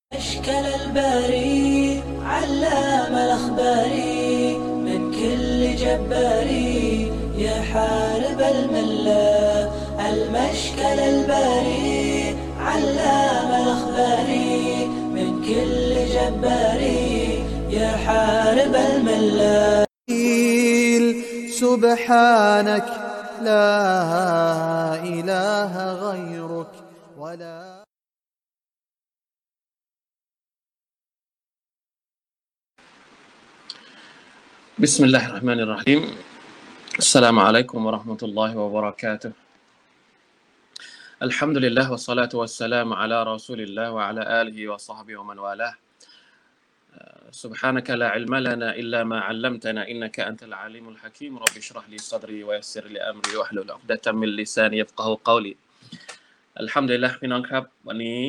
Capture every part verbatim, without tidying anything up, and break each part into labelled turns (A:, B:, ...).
A: أشكال الباري علام الأخباري من كل جباري يحارب الملة. المشكل الباري علام الأخباري من كل جباري يحارب الملة.
B: سبحانك لا إله غيرك ولا
C: بسم الله الرحمن الرحيم السلام عليكم ورحمة الله وبركاته الحمد لله والصلاة والسلام على رسول الله وعلى آله وصحبه ومن والاه سبحانك لا علم لنا إلا ما علمتنا إنك أنت العليم الحكيم رب اشرح لي صدري ويسر لي أمري واحلل عقدة من لساني يفقهوا قولي الحمد لله พี่น้องครับวันนี้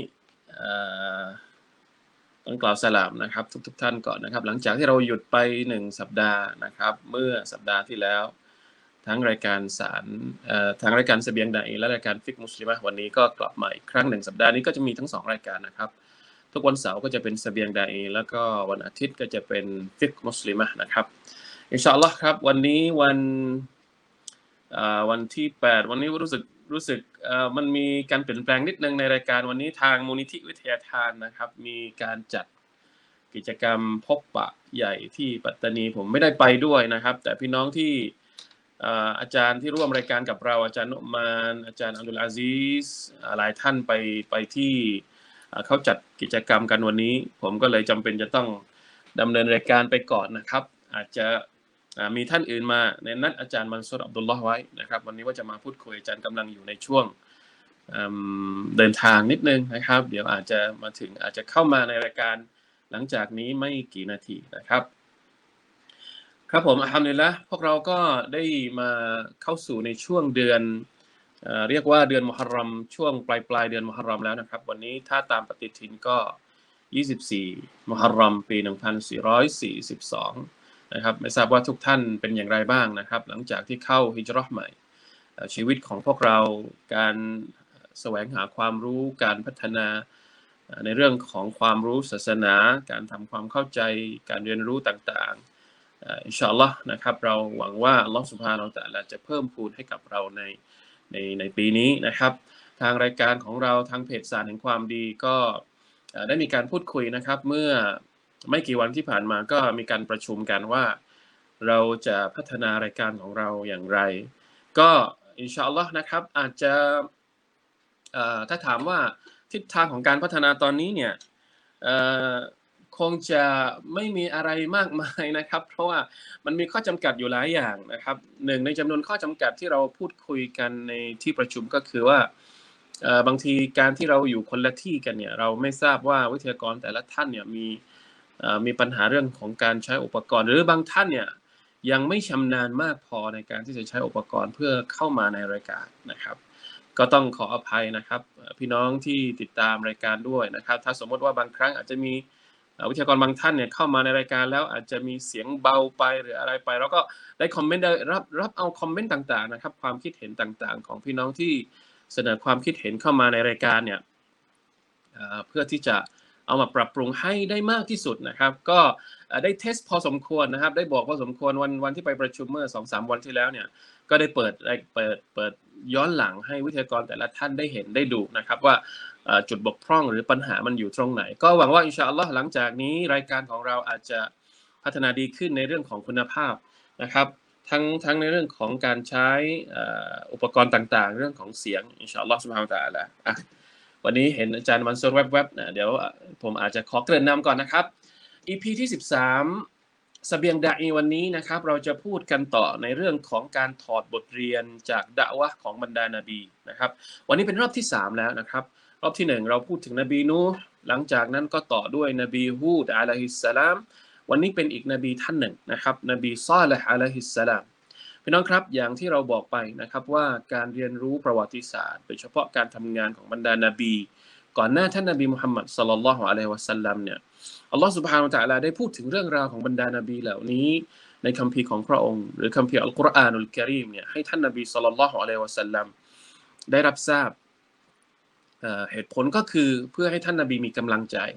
C: ต้องกล่าวสลามนะครับทุกๆท่านก่อนนะครับหลังจากที่เราหยุดไปหนึ่งสัปดาห์นะครับเมื่อสัปดาห์ที่แล้วทั้งรายการสารเอ่อทั้งรายการเสบียงดาอีและรายการฟิกมุสลิมะห์วันนี้ก็กลับมาอีกครั้งหนึ่งสัปดาห์นี้ก็จะมีทั้งสองรายการนะครับทุกวันเสาร์ก็จะเป็นเสบียงดาอีแล้วก็วันอาทิตย์ก็จะเป็นฟิกมุสลิมะห์นะครับอินชาอัลลอฮ์ครับวันนี้วันเอ่อวันที่แปดวันนี้รู้สึกรู้สึกเอ่อมันมีการเปลี่ยนแปลงนิดนึงในรายการวันนี้ทางมูลนิธิวิทยาทานนะครับมีการจัดกิจกรรมพบปะใหญ่ที่ปัตตานีผมไม่ได้ไปด้วยนะครับแต่พี่น้องที่อาจารย์ที่ร่วมรายการกับเราอาจารย์นุมานอาจารย์อับดุลอาซีซหลายท่านไปไปที่เขาจัดกิจกรรมกันวันนี้ผมก็เลยจำเป็นจะต้องดำเนินรายการไปก่อนนะครับอาจจะมีท่านอื่นมาในนัดอาจารย์มันซุรอับดุลลอฮ์ไว้นะครับวันนี้ว่าจะมาพูดคุยอาจารย์กำลังอยู่ในช่วงเดินทางนิดนึงนะครับเดี๋ยวอาจจะมาถึงอาจจะเข้ามาในรายการหลังจากนี้ไม่กี่นาทีนะครับครับผมอัลฮัมดุลิลละห์พวกเราก็ได้มาเข้าสู่ในช่วงเดือนเอ่อเรียกว่าเดือนมุฮัรรอมช่วงปลายปลายเดือนมุฮัรรอมแล้วนะครับวันนี้ถ้าตามปฏิทินก็ยี่สิบสี่มุฮัรรอมปีหนึ่งพันสี่ร้อยสี่สิบสองนะครับไม่ทราบว่าทุกท่านเป็นอย่างไรบ้างนะครับหลังจากที่เข้าฮิจเราะห์ใหม่ชีวิตของพวกเราการแสวงหาความรู้การพัฒนาในเรื่องของความรู้ศาสนาการทำความเข้าใจการเรียนรู้ต่างๆอินชาอัลลอฮ์นะครับเราหวังว่าอัลลอฮ์ซุบฮานะฮูวะตะอาลาจะเพิ่มพูนให้กับเราในในในปีนี้นะครับทางรายการของเราทางเพจสารแห่งความดีก็ได้มีการพูดคุยนะครับเมื่อไม่กี่วันที่ผ่านมาก็มีการประชุมกันว่าเราจะพัฒนารายการของเราอย่างไรก็อินชาอัลลอฮ์นะครับอาจจะถ้าถามว่าทิศทางของการพัฒนาตอนนี้เนี่ยคงจะไม่มีอะไรมากมายนะครับเพราะว่ามันมีข้อจำกัดอยู่หลายอย่างนะครับหนึ่งในจำนวนข้อจำกัดที่เราพูดคุยกันในที่ประชุมก็คือว่าบางทีการที่เราอยู่คนละที่กันเนี่ยเราไม่ทราบว่าวิทยากรแต่ละท่านเนี่ยมีมีปัญหาเรื่องของการใช้อุปกรณ์หรือบางท่านเนี่ยยังไม่ชำนาญมากพอในการที่จะใช้อุปกรณ์เพื่อเข้ามาในรายการนะครับก็ต้องขออภัยนะครับพี่น้องที่ติดตามรายการด้วยนะครับถ้าสมมติว่าบางครั้งอาจจะมีวิทยากรบางท่านเนี่ยเข้ามาในรายการแล้วอาจจะมีเสียงเบาไปหรืออะไรไปแล้วก็ได้คอมเมนต์ได้รับรับเอาคอมเมนต์ต่างๆนะครับความคิดเห็นต่างๆของพี่น้องที่เสนอความคิดเห็นเข้ามาในรายการเนี่ยเพื่อที่จะเอามาปรับปรุงให้ได้มากที่สุดนะครับก็ได้เทสพอสมควรนะครับได้บอกพอสมควรวันวันที่ไปประชุมเมื่อ สองถึงสาม วันที่แล้วเนี่ยก็ได้เปิดเปิดเปิดย้อนหลังให้วิทยากรแต่ละท่านได้เห็นได้ดูนะครับว่าจุดบกพร่องหรือปัญหามันอยู่ตรงไหนก็หวังว่าอินชาอัลลอฮ์หลังจากนี้รายการของเราอาจจะพัฒนาดีขึ้นในเรื่องของคุณภาพนะครับทั้งทั้งในเรื่องของการใช้อุปกรณ์ต่างๆเรื่องของเสียงอินชาอัลลอฮ์ซุบฮานะฮูวะตะอาลาอ่ะวันนี้เห็นอาจารย์มันซุรแวบๆนะเดี๋ยวผมอาจจะขอเกริ่นนำก่อนนะครับ อี พี ที่สิบสามเสบียงดาอีวันนี้นะครับเราจะพูดกันต่อในเรื่องของการถอดบทเรียนจากดะวะห์ของบรรดานบีนะครับวันนี้เป็นรอบที่สามแล้วนะครับรอบที่หนึ่งเราพูดถึงนบีนูห์หลังจากนั้นก็ต่อด้วยนบีฮูดอะลัยฮิสสลามวันนี้เป็นอีกนบีท่านหนึ่งนะครับนบีซอลิห์อะลัยฮิสสลามพี่น้องครับอย่างที่เราบอกไปนะครับว่าการเรียนรู้ประวัติศาสตร์โดยเฉพาะการทำงานของบรรดานบีก่อนหน้าท่านนบีมุฮัมมัดศ็อลลัลลอฮุอะลัยฮิวะซัลลัมเนี่ยอัลลอฮฺซุบฮานะฮูวะตะอาลาได้พูดถึงเรื่องราวของบรรดานบีเหล่านี้ในคัมภีร์ของพระองค์หรือคัมภีร์อัลกุรอานุลกะรีมเนี่ยให้ท่านนบีศ็อลลัลลอฮุอะลัยฮิวะซัลลัมได้รับทราบเหตุผลก็คือเพื่อให้ท่านนบีมีกำลังใจ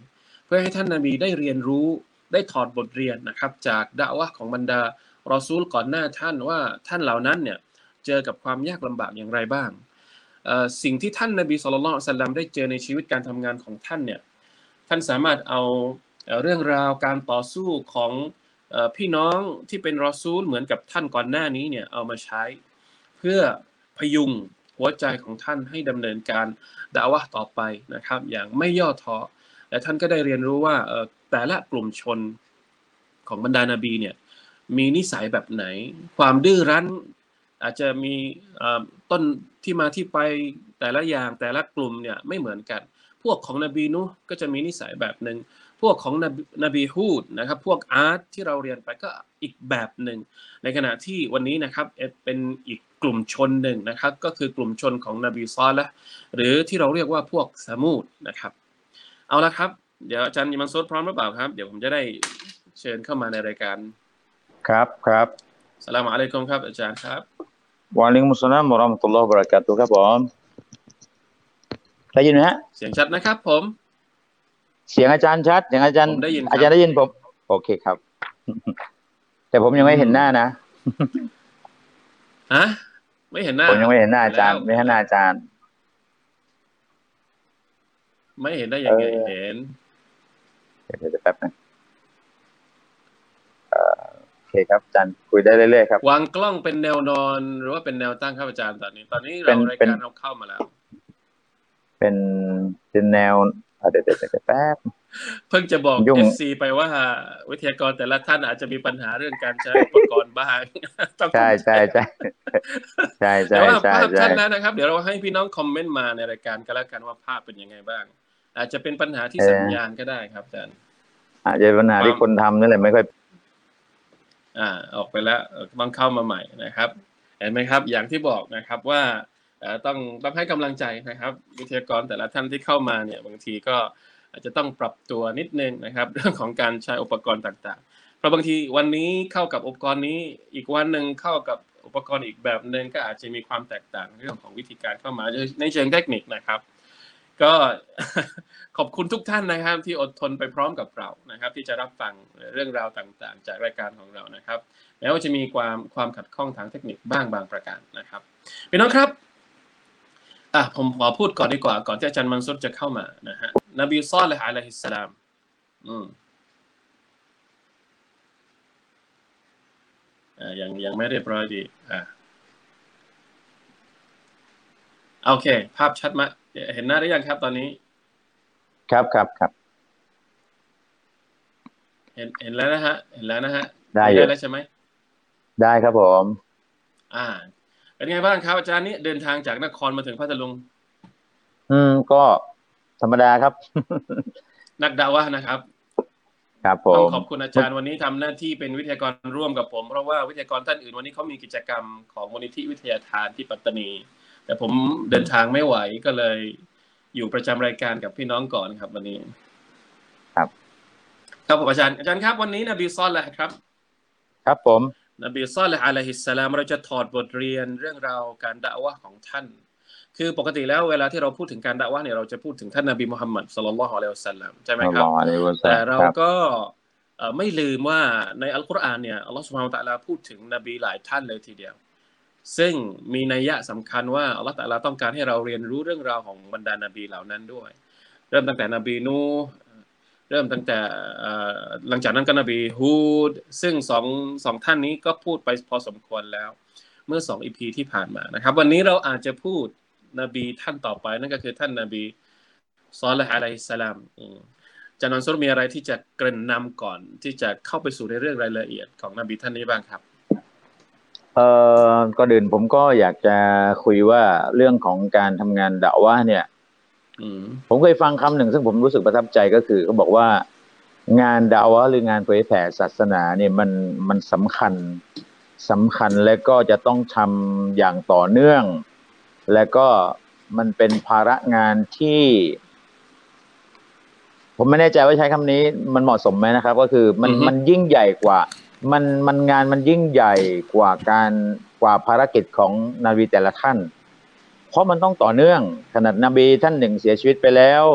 C: พื่อให้ท่านนบีได้เรียนรู้ได้ถอดบทเรียนนะครับจากดะวะห์ของบรรดารอซูลก่อนหน้าท่านว่าท่านเหล่านั้นเนี่ยเจอกับความยากลำบากอย่างไรบ้างสิ่งที่ท่านนบีศ็อลลัลลอฮุอะลัยฮิวะซัลลัมได้เจอในชีวิตการทำงานของท่านเนี่ยท่านสามารถเอาเรื่องราวการต่อสู้ของพี่น้องที่เป็นรอซูลเหมือนกับท่านก่อนหน้านี้เนี่ยเอามาใช้เพื่อพยุงหัวใจของท่านให้ดำเนินการดะวะห์ต่อไปนะครับอย่างไม่ย่อท้อและท่านก็ได้เรียนรู้ว่าแต่ละกลุ่มชนของบรรดานบีเนี่ยมีนิสัยแบบไหนความดื้อรั้นอาจจะมีต้นที่มาที่ไปแต่ละอย่างแต่ละกลุ่มเนี่ยไม่เหมือนกันพวกของนบีนูห์ก็จะมีนิสัยแบบหนึ่งพวกของนบีฮูดนะครับพวกอาร์ตที่เราเรียนไปก็อีกแบบหนึ่งในขณะที่วันนี้นะครับเป็นอีกกลุ่มชนหนึ่งนะครับก็คือกลุ่มชนของนบีซอลิห์หรือที่เราเรียกว่าพวกซะมูดนะครับเอาละครับเดี๋ยวอาจารย์อิมามซุดพร้อมหรือเปล่าครับเดี๋ยวผมจะได้เชิญเข้ามาในรายการ
D: ครับครับ
C: อัสสลามุอะลัยกุมครับอาจารย์ครับ
D: วะอะลัยกุมุสสลามวะเราะห์มะตุลลอฮิวะบะเราะกาตุฮ์ครับผมได้ยินไหมฮะ
C: เสียงชัดนะครับผม
D: เสียงอาจารย์ชัดเสียงอาจารย์อาจารย์ได้ยินผมโอเคครับแต่ผมยังไม่เห็นหน้านะ
C: ฮะไม่เห็นหน้า
D: ผมยังไม่เห็นหน้าอาจารย์ไม่เห็นหน้าอาจารย์
C: ไม่เห็นได้ยังไงเห็น
D: เดี๋ยวแป๊บนึงโอเคครับอาจารย์คุยได้เรื่อยๆครับ
C: วางกล้องเป็นแนวนอนหรือว่าเป็นแนวตั้งครับอาจารย์ตอนนี้ตอนนี้เรารายการเราเข้ามาแล้ว
D: เป็นเป็นแนวเดี๋ยวเดี๋ยวแป๊บ
C: เพิ่งจะบอก เอฟ ซี ไปว่าวิทยากรแต่ละท่านอาจจะมีปัญหาเรื่องการใช้อุปกรณ์บ้าง
D: ใช่ใช่ใช่ใช่ใช่
C: แต่ว่าภาพชัดแล้วนะครับเดี๋ยวเราให้พี่น้องคอมเมนต์มาในรายการกันแล้วกันว่าภาพเป็นยังไงบ้างอาจจะเป็นปัญหาที่สัญญาณก็ได้ครับอาจารย์
D: อาจจะเป็นปัญหาที่คนทำนั่นแหละไม่ค่อย
C: อ่าออกไปแล้วต้องเข้ามาใหม่นะครับเห็นไหมครับอย่างที่บอกนะครับว่าต้องต้องให้กำลังใจนะครับวิทยากรแต่ละท่านที่เข้ามาเนี่ยบางทีก็อาจจะต้องปรับตัวนิดนึงนะครับเรื่องของการใช้อุปกรณ์ต่างๆเพราะบางทีวันนี้เข้ากับอุปกรณ์นี้อีกวันนึงเข้ากับอุปกรณ์อีกแบบนึงก็อาจจะมีความแตกต่างเรื่องของวิธีการเข้ามาในเชิงเทคนิคนะครับก็ขอบคุณทุกท่านนะครับที่อดทนไปพร้อมกับเรานะครับที่จะรับฟังเรื่องราวต่างๆจากรายการของเรานะครับแม้ว่าจะมีความความขัดข้องทางเทคนิคบ้างบางประการนะครับพี่น้องครับอ่ะผมขอพูดก่อนดีกว่าก่อนที่อาจารย์มังซุดจะเข้ามานะฮะนบีศ็อลิห์อะลัยฮิสสลามอืมอ่ายังยังไม่เรียบร้อยดีอ่าโอเคภาพชัดมั้ยเห็นหน้าหรือยังครับตอนนี้
D: ครับครับครับ
C: เห็นเห็นแล้วนะฮะเห็นแล้วนะฮะ
D: ได้
C: แล้วใช่ไหม
D: ได้ครับผม
C: อ่าเป็นไงบ้างครับอาจารย์นี่เดินทางจากนครมาถึงพัทลุง
D: อืมก็ธรรมดาครับ
C: นักดะวะห์นะครับ
D: ครับผม
C: ต้องขอบคุณอาจารย์วันนี้ทำหน้าที่เป็นวิทยากรร่วมกับผมเพราะว่าวิทยากรท่านอื่นวันนี้เขามีกิจกรรมของมูลนิธิวิทยาทานที่ปัตตานีแต่ผมเดินทางไม่ไหวก็เลยอยู่ประจำรายการกับพี่น้องก่อนครับวันนี้
D: ครับ
C: ครับผมอาจารย์อาจารย์ครับวันนี้นบีศ็อลิห์ครับ
D: ครับผม
C: นบีศ็อลิห์อะลัยฮิสสลามเราจะถอดบทเรียนเรื่องราวการดะวะห์ของท่านคือปกติแล้วเวลาที่เราพูดถึงการดะวะห์เนี่ยเราจะพูดถึงท่านนบีมุฮัมมัดศ็อลลัลลอฮุอะลัยฮิวะซัลลัมใช่ไหมครับแต่เราก็ไม่ลืมว่าในอัลกุรอานเนี่ยอัลเลาะห์ซุบฮานะฮูวะตะอาลาพูดถึงนบีหลายท่านเลยทีเดียวซึ่งมีนัยยะสำคัญว่าอัลเลาะห์ตะอาลาต้องการให้เราเรียนรู้เรื่องราวของบรรดานบีเหล่านั้นด้วยเริ่มตั้งแต่นบีนูห์เริ่มตั้งแต่หลังจากนั้นก็นบีฮูดซึ่งสองสองท่านนี้ก็พูดไปพอสมควรแล้วเมื่อสอง อี พี ที่ผ่านมานะครับวันนี้เราอาจจะพูดนบีท่านต่อไปนั่นก็คือท่านนบีศ็อลิห์อะลัยฮิสสลามอาจารย์มังซุรมีอะไรที่จะเกริ่นนำก่อนที่จะเข้าไปสู่ในเรื่องรายละเอียดของนบีท่านนี้บ้างครับ
D: เอ่อก่อนอื่นผมก็อยากจะคุยว่าเรื่องของการทำงานดะวะห์เนี่ยผมเคยฟังคำหนึ่งซึ่งผมรู้สึกประทับใจก็คือเขาบอกว่างานดะวะห์หรืองานเผยแผ่ศาสนาเนี่ยมันมันสำคัญสำคัญและก็จะต้องทำอย่างต่อเนื่องและก็มันเป็นภาระงานที่ผมไม่แน่ใจว่าใช้คำนี้มันเหมาะสมไหมนะครับก็คือมันมันยิ่งใหญ่กว่ามันมันงานมันยิ่งใหญ่กว่าการกว่าภารกิจของนบีแต่ละท่านเพราะมันต้องต่อเนื่องขนาดนบีท่านหนึ่งเสียชีวิตไปแล้ว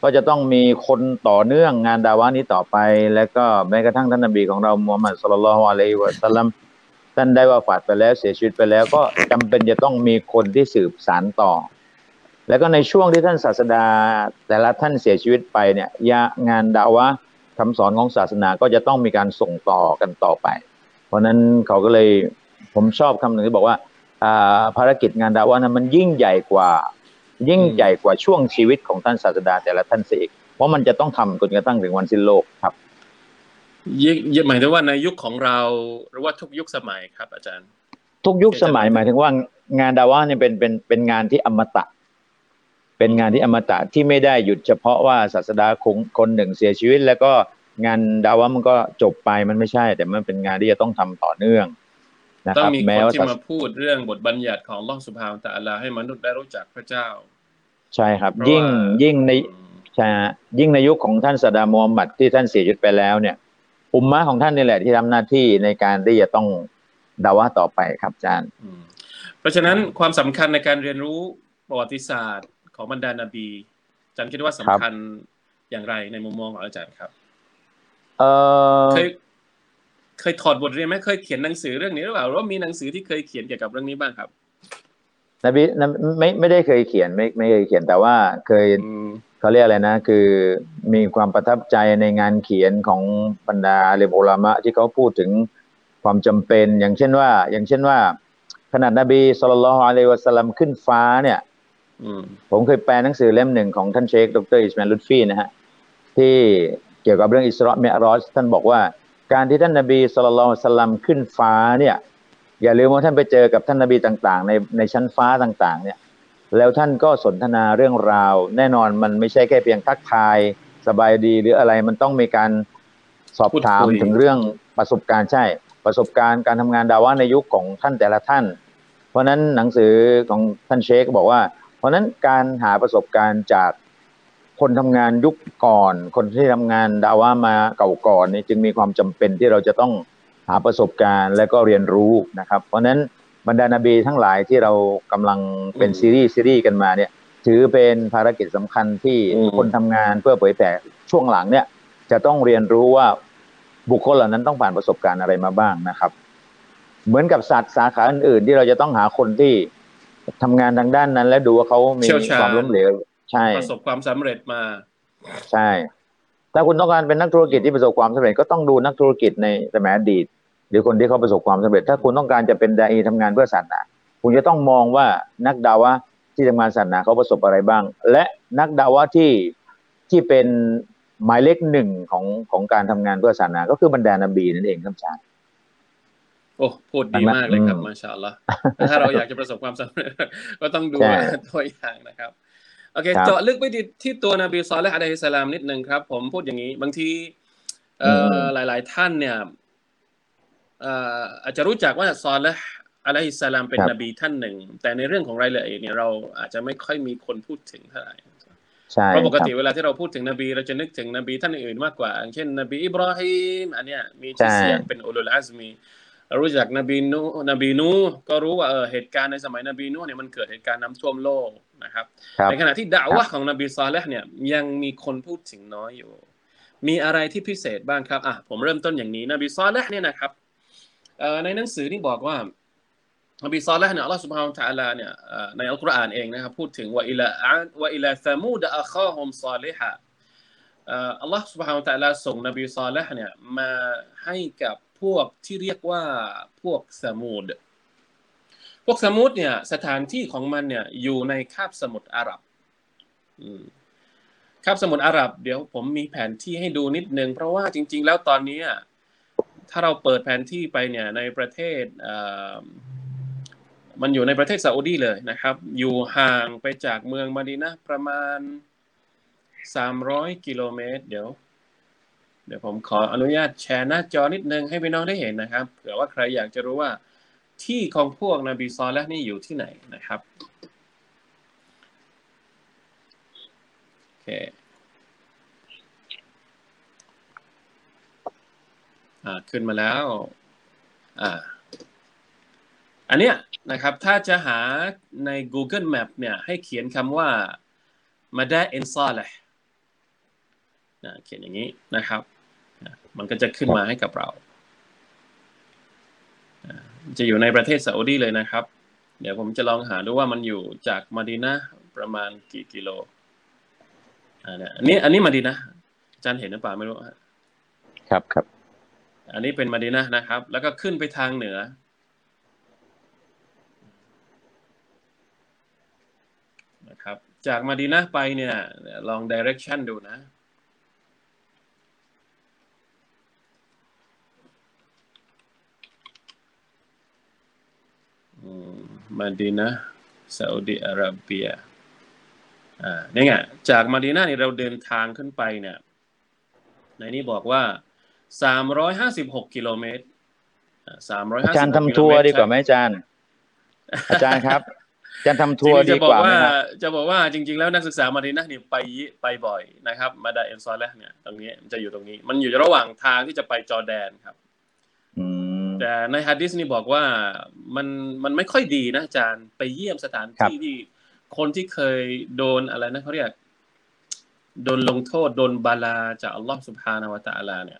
D: ก็จะต้องมีคนต่อเนื่องงานดาวะนี้ต่อไปแล้วก็แม้กระทั่งท่านนบีของเรามูฮัมหมัดศ็อลลัลลอฮุอะลัยฮิวะซัลลัมท่านได้วาฟาตไปแล้วเสียชีวิตไปแล้วก็จำเป็นจะต้องมีคนที่สืบสานต่อแล้วก็ในช่วงที่ท่านศาสดาแต่ละท่านเสียชีวิตไปเนี่ยงานดาวะคำสอนของศาสนาก็จะต้องมีการส่งต่อกันต่อไปเพราะนั้นเขาก็เลยผมชอบคำหนึ่งที่บอกว่าภารกิจงานดาวะนั้นมันยิ่งใหญ่กว่ายิ่งใหญ่กว่าช่วงชีวิตของท่านศาสดาแต่ละท่านเสียอีกเพราะมันจะต้องทำจนกระทั่งถึงวันสิ้นโลกครับ
C: หมายถึงว่าในยุคของเราหรือว่าทุกยุคสมัยครับอาจารย์
D: ทุกยุคสมัยหมายถึงว่างานดาวะเนี่ยเป็นเป็นเป็นงานที่อมตะเป็นงานที่อมตะที่ไม่ได้หยุดเฉพาะว่าศาสดาคงคนหนึ่งเสียชีวิตแล้วก็งานดาวะมันก็จบไปมันไม่ใช่แต่มันเป็นงานที่จะต้องทำต่อเนื่อง
C: ต้องมีคนที่มาพูดเรื่องบทบัญญัติของอัลเลาะห์ซุบฮานะฮูวะตะอาลาให้มนุษย์ได้รู้จักพระเจ้า
D: ใช่ครับยิ่งยิ่งในใช่ยิ่งในยุคของท่านศาสดามูฮัมหมัดที่ท่านเสียชีวิตไปแล้วเนี่ยอุมมะของท่านนี่แหละที่ทำหน้าที่ในการที่จะต้องดาวะต่อไปครับอาจารย์
C: เพราะฉะนั้นความสำคัญในการเรียนรู้ประวัติศาสตร์ของบรรดานบีอาจารย์คิดว่าสำคัญอย่างไรในมุมมองของอาจารย์ครับ
D: เออ
C: เคยเคยถอดบทเรียนไหมเคยเขียนหนังสือเรื่องนี้หรือเปล่าหรือว่ามีหนังสือที่เคยเขียนเกี่ยวกับเรื่องนี้บ้างครับ
D: นบีไม่ไม่ได้เคยเขียนไม่ไม่เคยเขียนแต่ว่าเคยเขาเรียกอะไรนะคือมีความประทับใจในงานเขียนของบรรดาอาลิมอุลามะที่เขาพูดถึงความจำเป็นอย่างเช่นว่าอย่างเช่นว่าขนาดนบีศ็อลลัลลอฮุอะลัยฮิวะซัลลัมขึ้นฟ้าเนี่ยผมเคยแปลหนังสือเล่มหนึ่งของท่านเชคดร.อิสมาอิล ลุตฟีนะฮะที่เกี่ยวกับเรื่องอิสรอมิอ์รอจท่านบอกว่าการที่ท่านนบีศ็อลลัลลอฮุอะลัยฮิวะซัลลัมขึ้นฟ้าเนี่ยอย่าลืมว่าท่านไปเจอกับท่านนบีต่างๆในในชั้นฟ้าต่างๆเนี่ยแล้วท่านก็สนทนาเรื่องราวแน่นอนมันไม่ใช่แค่เพียงทักทายสบายดีหรืออะไรมันต้องมีการสอบถามถึงเรื่องประสบการณ์ใช่ประสบการณ์การทำงานดาวะในยุคของท่านแต่ละท่านเพราะนั้นหนังสือของท่านเชคบอกว่าเพราะนั้นการหาประสบการณ์จากคนทำงานยุคก่อนคนที่ทำงานดาวะมาเก่าก่อนนี่จึงมีความจำเป็นที่เราจะต้องหาประสบการณ์และก็เรียนรู้นะครับเพราะนั้นบรรดานบีทั้งหลายที่เรากำลังเป็นซีรีส์ซีรีส์กันมาเนี่ยถือเป็นภารกิจสำคัญที่คนทำงานเพื่อเผยแผ่ช่วงหลังเนี่ยจะต้องเรียนรู้ว่าบุคคลเหล่านั้นต้องผ่านประสบการณ์อะไรมาบ้างนะครับเหมือนกับศาสตร์สาขาอื่นๆที่เราจะต้องหาคนที่ทำงานทางด้านนั้นและดูว่าเขามีความล้มเหลวใช่
C: ประสบความสำเร็จมา
D: ใช่ถ้าคุณต้องการเป็นนักธุรกิจที่ประสบความสำเร็จก็ต้องดูนักธุรกิจในสมัยอดีตหรือคนที่เขาประสบความสำเร็จถ้าคุณต้องการจะเป็นดาอีทำงานเพื่อศาสนาคุณจะต้องมองว่านักดาวะที่ทำงานศาสนาเขาประสบอะไรบ้างและนักดาวะที่ที่เป็นหมายเลขหนึ่งของของการทำงานเพื่อศาสนาก็คือบรรดานบีนั่นเองครับอาจารย์
C: โอ้พูดดีมากเลยครับมาชาอัลลอฮ์ถ้าเราอยากจะประสบความสำเร็จก็ต้องดูตัวอย่างนะครับโอเคเจาะลึกไปที่ตัวนบีศอลิห์อะลัยฮิสสลามนิดนึงครับผมพูดอย่างนี้บางทีเอ่อหลายๆท่านเนี่ยเอ่ออาจจะรู้จักว่าศอลิห์อะลัยฮิสสลามเป็นนบีท่านหนึ่งแต่ในเรื่องของรายละเอียดเนี่ยเราอาจจะไม่ค่อยมีคนพูดถึงเท่าไหร่เพราะปกติเวลาที่เราพูดถึงนบีเราจะนึกถึงนบีท่านอื่นมากกว่าอย่างเช่นนบีอิบราฮิมอันเนี้ยมีชื่อเสียงเป็นอุลุลอัซมีรู้จักนบีนูนบีนูก็รู้ว่าเออเหตุการณ์ในสมัยนบีนูเนี่ยมันเกิดเหตุการณ์น้ำท่วมโลกนะครับในขณะที่ดะอ์วะห์ของนบีศอลิห์เนี่ยยังมีคนพูดถึงน้อยอยู่มีอะไรที่พิเศษบ้างครับอ่ะผมเริ่มต้นอย่างนี้นบีศอลิห์เนี่ยนะครับเอ่อในหนังสือนี่บอกว่านบีศอลิห์เนี่ยอัลเลาะห์ซุบฮานะฮูวะตะอาลาเนี่ยในอัลกุรอานเองนะครับพูดถึงว่าอิลาอะดวะอิลาซะมูดอะคาฮุมศอลิฮะเอ่ออัลเลาะห์ซุบฮานะฮูวะตะอาลาส่งนบีศอลิห์เนี่ยมาให้กับพวกที่เรียกว่าพวกซะมูดพวกซะมูดเนี่ยสถานที่ของมันเนี่ยอยู่ในคาบสมุทรอาหรับคาบสมุทรอาหรับเดี๋ยวผมมีแผนที่ให้ดูนิดนึงเพราะว่าจริงๆแล้วตอนนี้ถ้าเราเปิดแผนที่ไปเนี่ยในประเทศมันอยู่ในประเทศซาอุดีเลยนะครับอยู่ห่างไปจากเมืองมะดีนะห์ประมาณสามร้อยกิโลเมตรเดี๋ยวเดี๋ยวผมขออนุญาตแชร์หน้าจอนิดนึงให้พี่น้องได้เห็นนะครับเผื่อว่าใครอยากจะรู้ว่าที่ของพวกนบีศอลิห์นี่อยู่ที่ไหนนะครับโอเคอ่าขึ้นมาแล้วอ่าอันเนี้ยนะครับถ้าจะหาใน Google Map เนี่ยให้เขียนคำว่ามาดาอินซอลิห์นะเขียนอย่างนี้นะครับมันก็จะขึ้นมาให้กับเราจะอยู่ในประเทศซาอุดีเลยนะครับเดี๋ยวผมจะลองหาดูว่ามันอยู่จากมะดีนะห์ประมาณกี่กิโลอ่าเนี่ยอันนี้อันนี้มะดีนะห์อาจารย์เห็นหรือเปล่าไม่รู้
D: ครับครับ
C: อันนี้เป็นมะดีนะห์นะครับแล้วก็ขึ้นไปทางเหนือนะครับจากมะดีนะห์ไปเนี่ยลอง direction ดูนะมะดีนะห์ซาอุดิอาระเบียอ่านี่ไงจากมะดีนะห์นี่เราเดินทางขึ้นไปเนี่ยในนี้บอกว่าสามร้อยห้าสิบหกกิโลเมตรอ่าสามร้อยห้าสิบ
D: อาจารย์ทำทัวร์ดีกว่าไหมอาจารย์อาจารย์ครับอาจารย์ทำทัวร์ดีกว่าไหมครับ
C: จะบอกว่าจริงๆแล้วนักศึกษามะดีนะห์นี่ไปไปบ่อยนะครับมาดาอินซอเลห์เนี่ยตรงนี้มันจะอยู่ตรงนี้มันอยู่ระหว่างทางที่จะไปจอร์แดนครับแต่ในหะดีษนี่บอกว่ามันมันไม่ค่อยดีนะอาจารย์ไปเยี่ยมสถานที่ที่คนที่เคยโดนอะไรนะเขาเรียกโดนลงโทษโดนบาลาจากอัลลอฮฺซุบฮานะฮูวะตะอาลาเนี่ย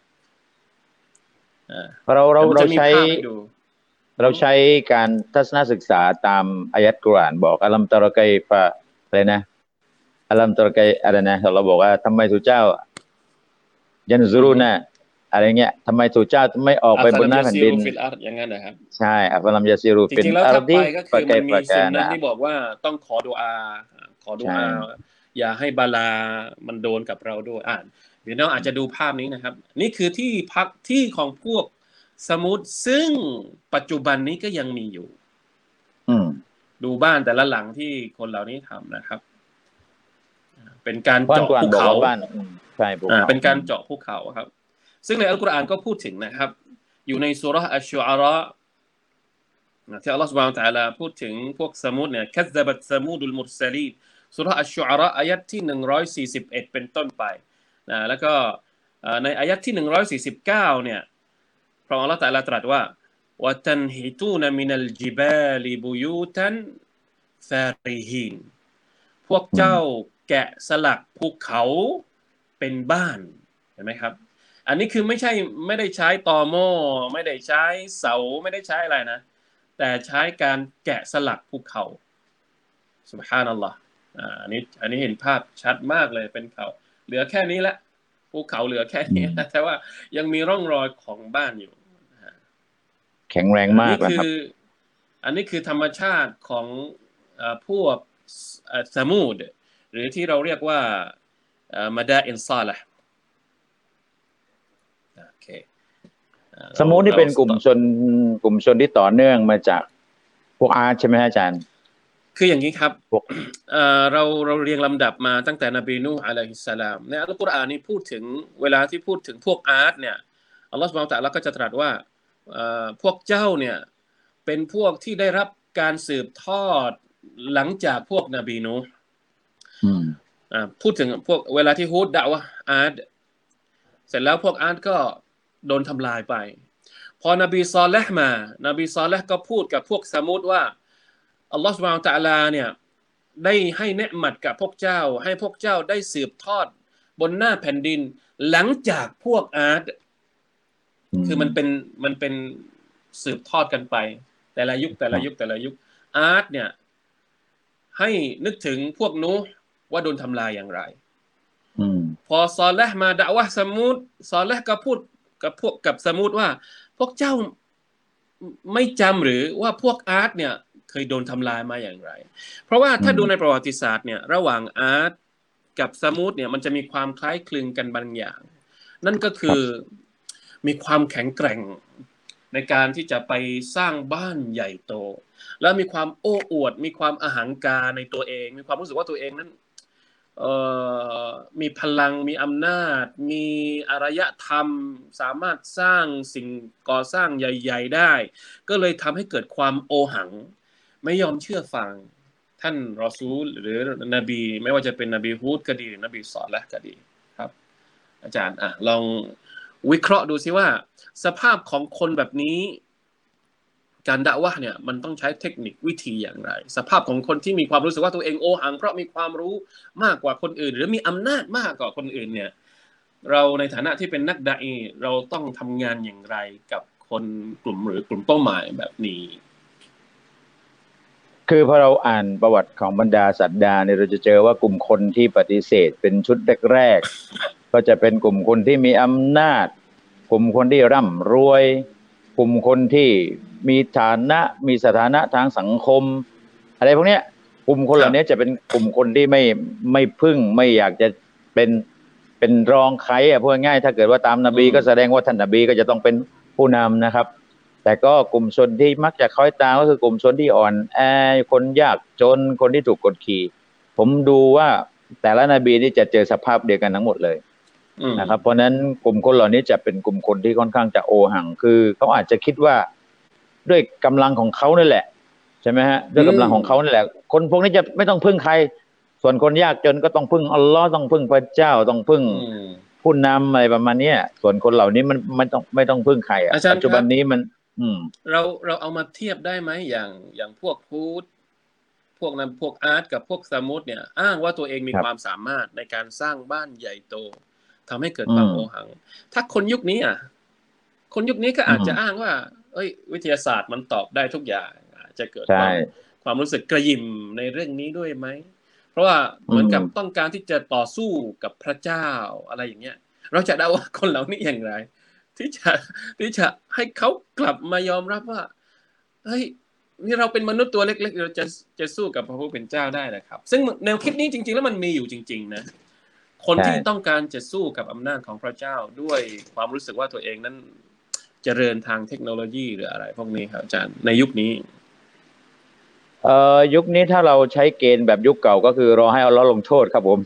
D: เราเราเราใช้เราใช้การทัศนศึกษาตามอายะห์กุรอานบอกอัลลัมตะรอกัยฟะอะไรนะอัลลัมตะรอกัยอะไรนะเราบอกว่าทำไมทูเจ้ายันซุรุนะอะไรเงี้ยทำไมทูเจ้าไม่ออกไปบนหน้าแผ่นดิน
C: อย่างนั้นนะครับ
D: ใช่อัฟลัมยาซิรูฟิลอาร์ดิ
C: ฟะกัยฟะกานะที่บอกว่าต้องขอดุอาขอดุอาอย่าให้บาลามันโดนกับเราด้วยอ่านเดี๋ยวเราอาจจะดูภาพนี้นะครับนี่คือที่พักที่ของพวกสมุทรซึ่งปัจจุบันนี้ก็ยังมีอยู่ดูบ้านแต่ละหลังที่คนเหล่านี้ทำนะครับเป็นการเจาะภูเขา
D: ใช่
C: เป็นการเจาะภูเขาครับซึ่งในอัลกุรอานก็พูดถึงนะครับอยู่ในซูเราะห์อัชชุอาเราะห์ที่อัลเลาะห์ซุบฮานะฮูวะตะอาลาพูดถึงพวกสมุทรเนี่ยคัซซะบัตสมูดุลมุรซะลีนซูเราะห์อัชชุอาเราะห์อายะห์ที่หนึ่งร้อยสี่สิบเอ็ดเป็นต้นไปนะแล้วก็ในอายะห์ที่หนึ่งร้อยสี่สิบเก้าเนี่ยพระองค์อัลเลาะห์ตะอาลาตรัสว่าวะตันฮิตูนมินัลญิบาลิบุยูตันฟาริฮีนพวกเจ้าแกะสลักภูเขาเป็นบ้านเห็นไหมครับอันนี้คือไม่ใช่ไม่ได้ใช้ตอหม้อไม่ได้ใช้เสาไม่ได้ใช้อะไรนะแต่ใช้การแกะสลักภูเขาซุบฮานัลลอฮ์อ่าอันนี้อันนี้เห็นภาพชัดมากเลยเป็นเขาเหลือแค่นี้ละภูเขาเหลือแค่นี้แต่ว่ายังมีร่องรอยของบ้านอยู่
D: แข็งแรงมากนะครับ
C: อันนี้คือธรรมชาติของพวกซะมูดหรือที่เราเรียกว่ามาดาอินซาละห์โอเค
D: สมูทนี่เป็นกลุ่มชนกลุ่มชนที่ต่อเนื่องมาจากพวกอาร์ตใช่ไหมอาจารย์
C: คืออย่างนี้ครับเอ่อเราเราเรียงลำดับมาตั้งแต่นบีนูห์อะลัยฮิสสลามในอัลกุรอานนี่พูดถึงเวลาที่พูดถึงพวกอาร์ตเนี่ยอัลเลาะห์ซุบฮานะฮูวะตะอาลาก็จะตรัสว่าเอ่อพวกเจ้าเนี่ยเป็นพวกที่ได้รับการสืบทอดหลังจากพวกนบีนูห์อืมอ่าพูดถึงพวกเวลาที่ฮูดดะวะห์อาร์ตเสร็จแล้วพวกอาร์ตก็โดนทำลายไปพอนบีซอเลห์มานบีซอเลห์ก็พูดกับพวกซะมูดว่าอัลลอฮฺซุบฮานะฮูวะตะอาลาเนี่ยได้ให้เนืมัดกับพวกเจ้าให้พวกเจ้าได้สืบทอดบนหน้าแผ่นดินหลังจากพวกอาร์ตคือมันเป็นมันเป็นสืบทอดกันไปแต่ละยุคแต่ละยุคแต่ละยุคอาร์ตเนี่ยให้นึกถึงพวกนูห์ว่าโดนทำลายอย่างไรพอซอเลห์มาดะวะห์ซะมูดซอเลห์ก็พูดกับพวกกับซะมูดว่าพวกเจ้าไม่จำหรือว่าพวกอาร์ตเนี่ยเคยโดนทำลายมาอย่างไรเพราะว่าถ้าดูในประวัติศาสตร์เนี่ยระหว่างอาร์ตกับซะมูดเนี่ยมันจะมีความคล้ายคลึงกันบางอย่างนั่นก็คือมีความแข็งแกร่งในการที่จะไปสร้างบ้านใหญ่โตแล้วมีความโอ้อวดมีความอหังการในตัวเองมีความรู้สึกว่าตัวเองนั้นเอ่อมีพลังมีอำนาจมีอารยธรรมสามารถสร้างสิ่งก่อสร้างใหญ่ๆได้ก็เลยทำให้เกิดความโอหังไม่ยอมเชื่อฟังท่านรอซูลหรือนบีไม่ว่าจะเป็นนบีฮูดก็ดีนบีศอเลห์ก็ดีครับอาจารย์อ่ะลองวิเคราะห์ดูซิว่าสภาพของคนแบบนี้การดะวะห์เนี่ยมันต้องใช้เทคนิควิธีอย่างไรสภาพของคนที่มีความรู้สึกว่าตัวเองโอหังเพราะมีความรู้มากกว่าคนอื่นหรือมีอำนาจมากกว่าคนอื่นเนี่ยเราในฐานะที่เป็นนักดะอีเราต้องทำงานอย่างไรกับคนกลุ่มหรือกลุ่มเป้าหมายแบบนี้
D: คือพอเราอ่านประวัติของบรรดาศาสดาเนี่ยเราจะเจอว่ากลุ่มคนที่ปฏิเสธเป็นชุดแรกๆก็จะเป็นกลุ่มคนที่มีอำนาจกลุ่มคนที่ร่ำรวยกลุ่มคนที่มีฐานะมีสถานะทางสังคมอะไรพวกเนี้ยกลุ่มคนเหล่านี้จะเป็นกลุ่มคนที่ไม่ไม่พึ่งไม่อยากจะเป็นเป็นรองใครอ่ะพูดง่ายถ้าเกิดว่าตามนบีก็แสดงว่าท่านนบีก็จะต้องเป็นผู้นำนะครับแต่ก็กลุ่มชนที่มักจะคล้อยตามก็คือกลุ่มชนที่อ่อนแอคนยากจนคนที่ถูกกดขี่ผมดูว่าแต่ละนบีนี่จะเจอสภาพเดียวกันทั้งหมดเลยนะครับเพราะนั้นกลุ่มคนเหล่านี้จะเป็นกลุ่มคนที่ค่อนข้างจะโอหังคือเขาอาจจะคิดว่าด้วยกำลังของเขานั่นแหละใช่ไหมฮะด้วยกำลังของเขานั่นแหละคนพวกนี้จะไม่ต้องพึ่งใครส่วนคนยากจนก็ต้องพึ่งอัลลอฮ์ต้องพึ่งพระเจ้าต้องพึ่งผู้นำอะไรประมาณนี้ส่วนคนเหล่านี้มันไม่ต้องไม่ต้องพึ่งใครอ่ะปัจจุบันนี้มัน
C: เราเราเอามาเทียบได้ไหมอย่างอย่างพวกฮูดพวกนั้นพวกอาร์ตกับพวกสมุดเนี่ยอ้างว่าตัวเองมีความสามารถในการสร้างบ้านใหญ่โตทำให้เกิดความโอหังถ้าคนยุคนี้อ่ะคนยุคนี้ก็อาจจะอ้างว่าเอ้ยวิทยาศาสตร์มันตอบได้ทุกอย่างจะเกิดความความรู้สึกกระยิมในเรื่องนี้ด้วยไหมเพราะว่าเหมือนกับต้องการที่จะต่อสู้กับพระเจ้าอะไรอย่างเงี้ยเราจะเดาว่าคนเหล่านี้อย่างไรที่จะที่จะให้เขากลับมายอมรับว่าเฮ้ยนี่เราเป็นมนุษย์ตัวเล็กๆเราจะจะสู้กับพระผู้เป็นเจ้าได้นะครับซึ่งแนวคิดนี้จริงๆแล้วมันมีอยู่จริงๆนะคนที่ต้องการจะสู้กับอำนาจของพระเจ้าด้วยความรู้สึกว่าตัวเองนั้นเจริญทางเทคโนโลยีหรืออะไรพวกนี้ครับอาจารย์ในยุคนี้
D: เอ่อยุคนี้ถ้าเราใช้เกณฑ์แบบยุคเก่าก็คือรอให้อัลเลาะห์ลงโทษครับผม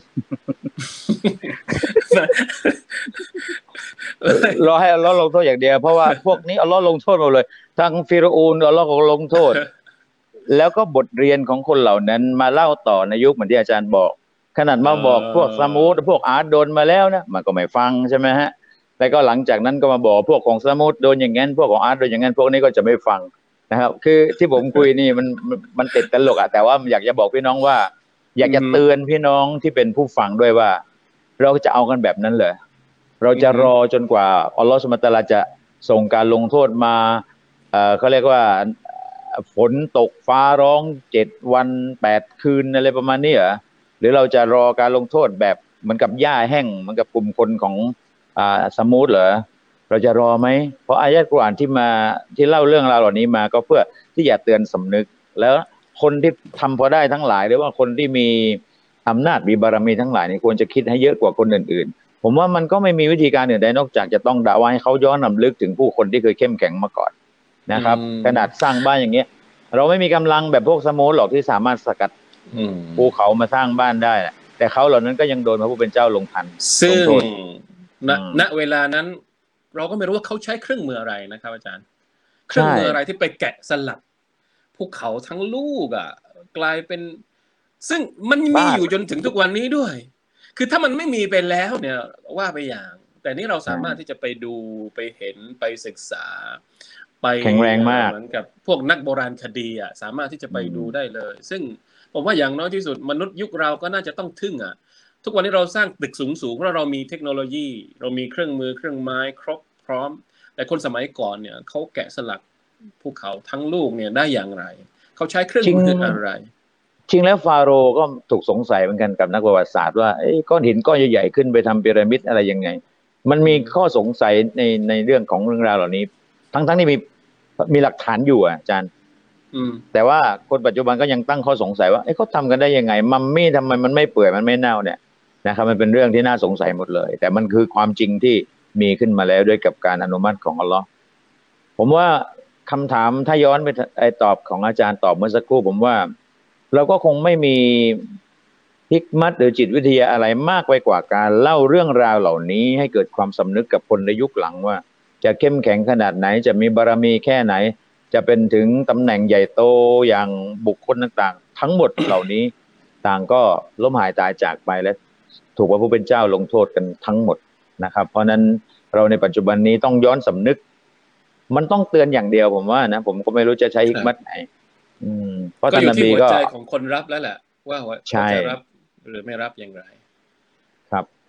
D: รอให้อัลเลาะห์ลงโทษอย่างเดียวเพราะว่าพวกนี้อัลเลาะห์ลงโทษหมดเลยทั้งฟิรอูนอัลเลาะห์ก็ลงโทษแล้วก็บทเรียนของคนเหล่านั้นมาเล่าต่อในยุคเหมือนที่อาจารย์บอกขนาดมาบอกพวกซามูดพวกอาร์ตโดนมาแล้วนะมันก็ไม่ฟังใช่ไหมฮะแล้วก็หลังจากนั้นก็มาบอกพวกของซามูดโดนอย่างงั้นพวกของอาร์ตโดนอย่างงั้นพวกนี้ก็จะไม่ฟังนะครับคือที่ผมคุยนี่มันมันติดตลกอะแต่ว่าอยากจะบอกพี่น้องว่าอยากจะเตือนพี่น้องที่เป็นผู้ฟังด้วยว่าเราจะเอากันแบบนั้นเหรอเราจะรอจนกว่าอัลลอฮฺซุบฮานะฮูวะตะอาลาจะส่งการลงโทษมาเอ่อเขาเรียกว่าฝนตกฟ้าร้องเจ็ดวันแปดคืนอะไรประมาณนี้เหรอหรือเราจะรอการลงโทษแบบเหมือนกับหญ้าแห้งเหมือนกับกลุ่มคนของอ่าสมูทเหรอเราจะรอไหมเพราะอายะห์กุรอานที่มาที่เล่าเรื่องราวเหล่านี้มาก็เพื่อที่จะเตือนสำนึกแล้วคนที่ทำพอได้ทั้งหลายหรือว่าคนที่มีอำนาจมีบารมีทั้งหลายนี่ควรจะคิดให้เยอะกว่าคนอื่นๆผมว่ามันก็ไม่มีวิธีการอื่นใดนอกจากจะต้องด่าว่าให้เขาย้อนรำลึกถึงผู้คนที่เคยเข้มแข็งมาก่อนนะครับขนาดสร้างบ้านอย่างเงี้ยเราไม่มีกำลังแบบพวกสมูทหรอกที่สามารถสกัดภูเขามาสร้างบ้านได้แต่เขาเหล่านั้นก็ยังโดนพระผู้เป็นเจ้าลงทัน
C: ซึ่งณเวลานั้นเราก็ไม่รู้ว่าเขาใช้เครื่องมืออะไรนะครับอาจารย์เครื่องมืออะไรที่ไปแกะสลักภูเขาทั้งลูกอ่ะกลายเป็นซึ่งมันมีอยู่จนถึงทุกวันนี้ด้วยคือถ้ามันไม่มีไปแล้วเนี่ยว่าไปอย่างแต่นี่เราสามารถที่จะไปดูไปเห็นไปศึกษาไป
D: แข็งแรงมาก
C: เหมือนกับพวกนักโบราณคดีอ่ะสามารถที่จะไปดูได้เลยซึ่งผมว่าอย่างน้อยที่สุดมนุษย์ยุคเราก็น่าจะต้องทึ่งอ่ะทุกวันนี้เราสร้างตึกสูงๆเพราะเรามีเทคโนโลยีเรามีเครื่องมือเครื่องไม้ครบพร้อมแต่คนสมัยก่อนเนี่ยเขาแกะสลักภูเขาทั้งลูกเนี่ยได้อย่างไรเขาใช้เครื่องมืออะไร
D: จริงแล้วฟาโรห์ก็ถูกสงสัยเหมือนกันกับนักประวัติศาสตร์ว่าก้อนหินก้อนใหญ่ๆขึ้นไปทำพีระมิดอะไรยังไงมันมีข้อสงสัยในในเรื่องของเรื่องราวเหล่านี้ทั้งๆที่มีมีหลักฐานอยู่อาจารย์แต่ว่าคนปัจจุบันก็ยังตั้งข้อสงสัยว่าเขาทำกันได้ยังไงมัมมี่ทำไมมันไม่เปื่อยมันไม่เน่าเนี่ยนะครับมันเป็นเรื่องที่น่าสงสัยหมดเลยแต่มันคือความจริงที่มีขึ้นมาแล้วด้วยกับการอนุมัติของอัลลอฮ์ผมว่าคำถามถ้าย้อนไปไอตอบของอาจารย์ตอบเมื่อสักครู่ผมว่าเราก็คงไม่มีฮิกมัตหรือจิตวิทยาอะไรมากไปกว่าการเล่าเรื่องราวเหล่านี้ให้เกิดความสำนึกกับคนในยุคหลังว่าจะเข้มแข็งขนาดไหนจะมีบารมีแค่ไหนจะเป็นถึงตำแหน่งใหญ่โตอย่างบุคคลต่างๆทั้งหมดเหล่านี้ต่างก็ล้มหายตายจากไปและถูกพระผู้เป็นเจ้าลงโทษกันทั้งหมดนะครับเพราะนั้นเราในปัจจุบันนี้ต้องย้อนสำนึกมันต้องเตือนอย่างเดียวผมว่านะผมก็ไม่รู้จะใช้ฮิกมัตไหน
C: เพราะท่านนบีก็อยู่ที่หัวใจของคนรับแล้วแหละว่าจะรับหรือไม่รับอย่างไร
D: ครับ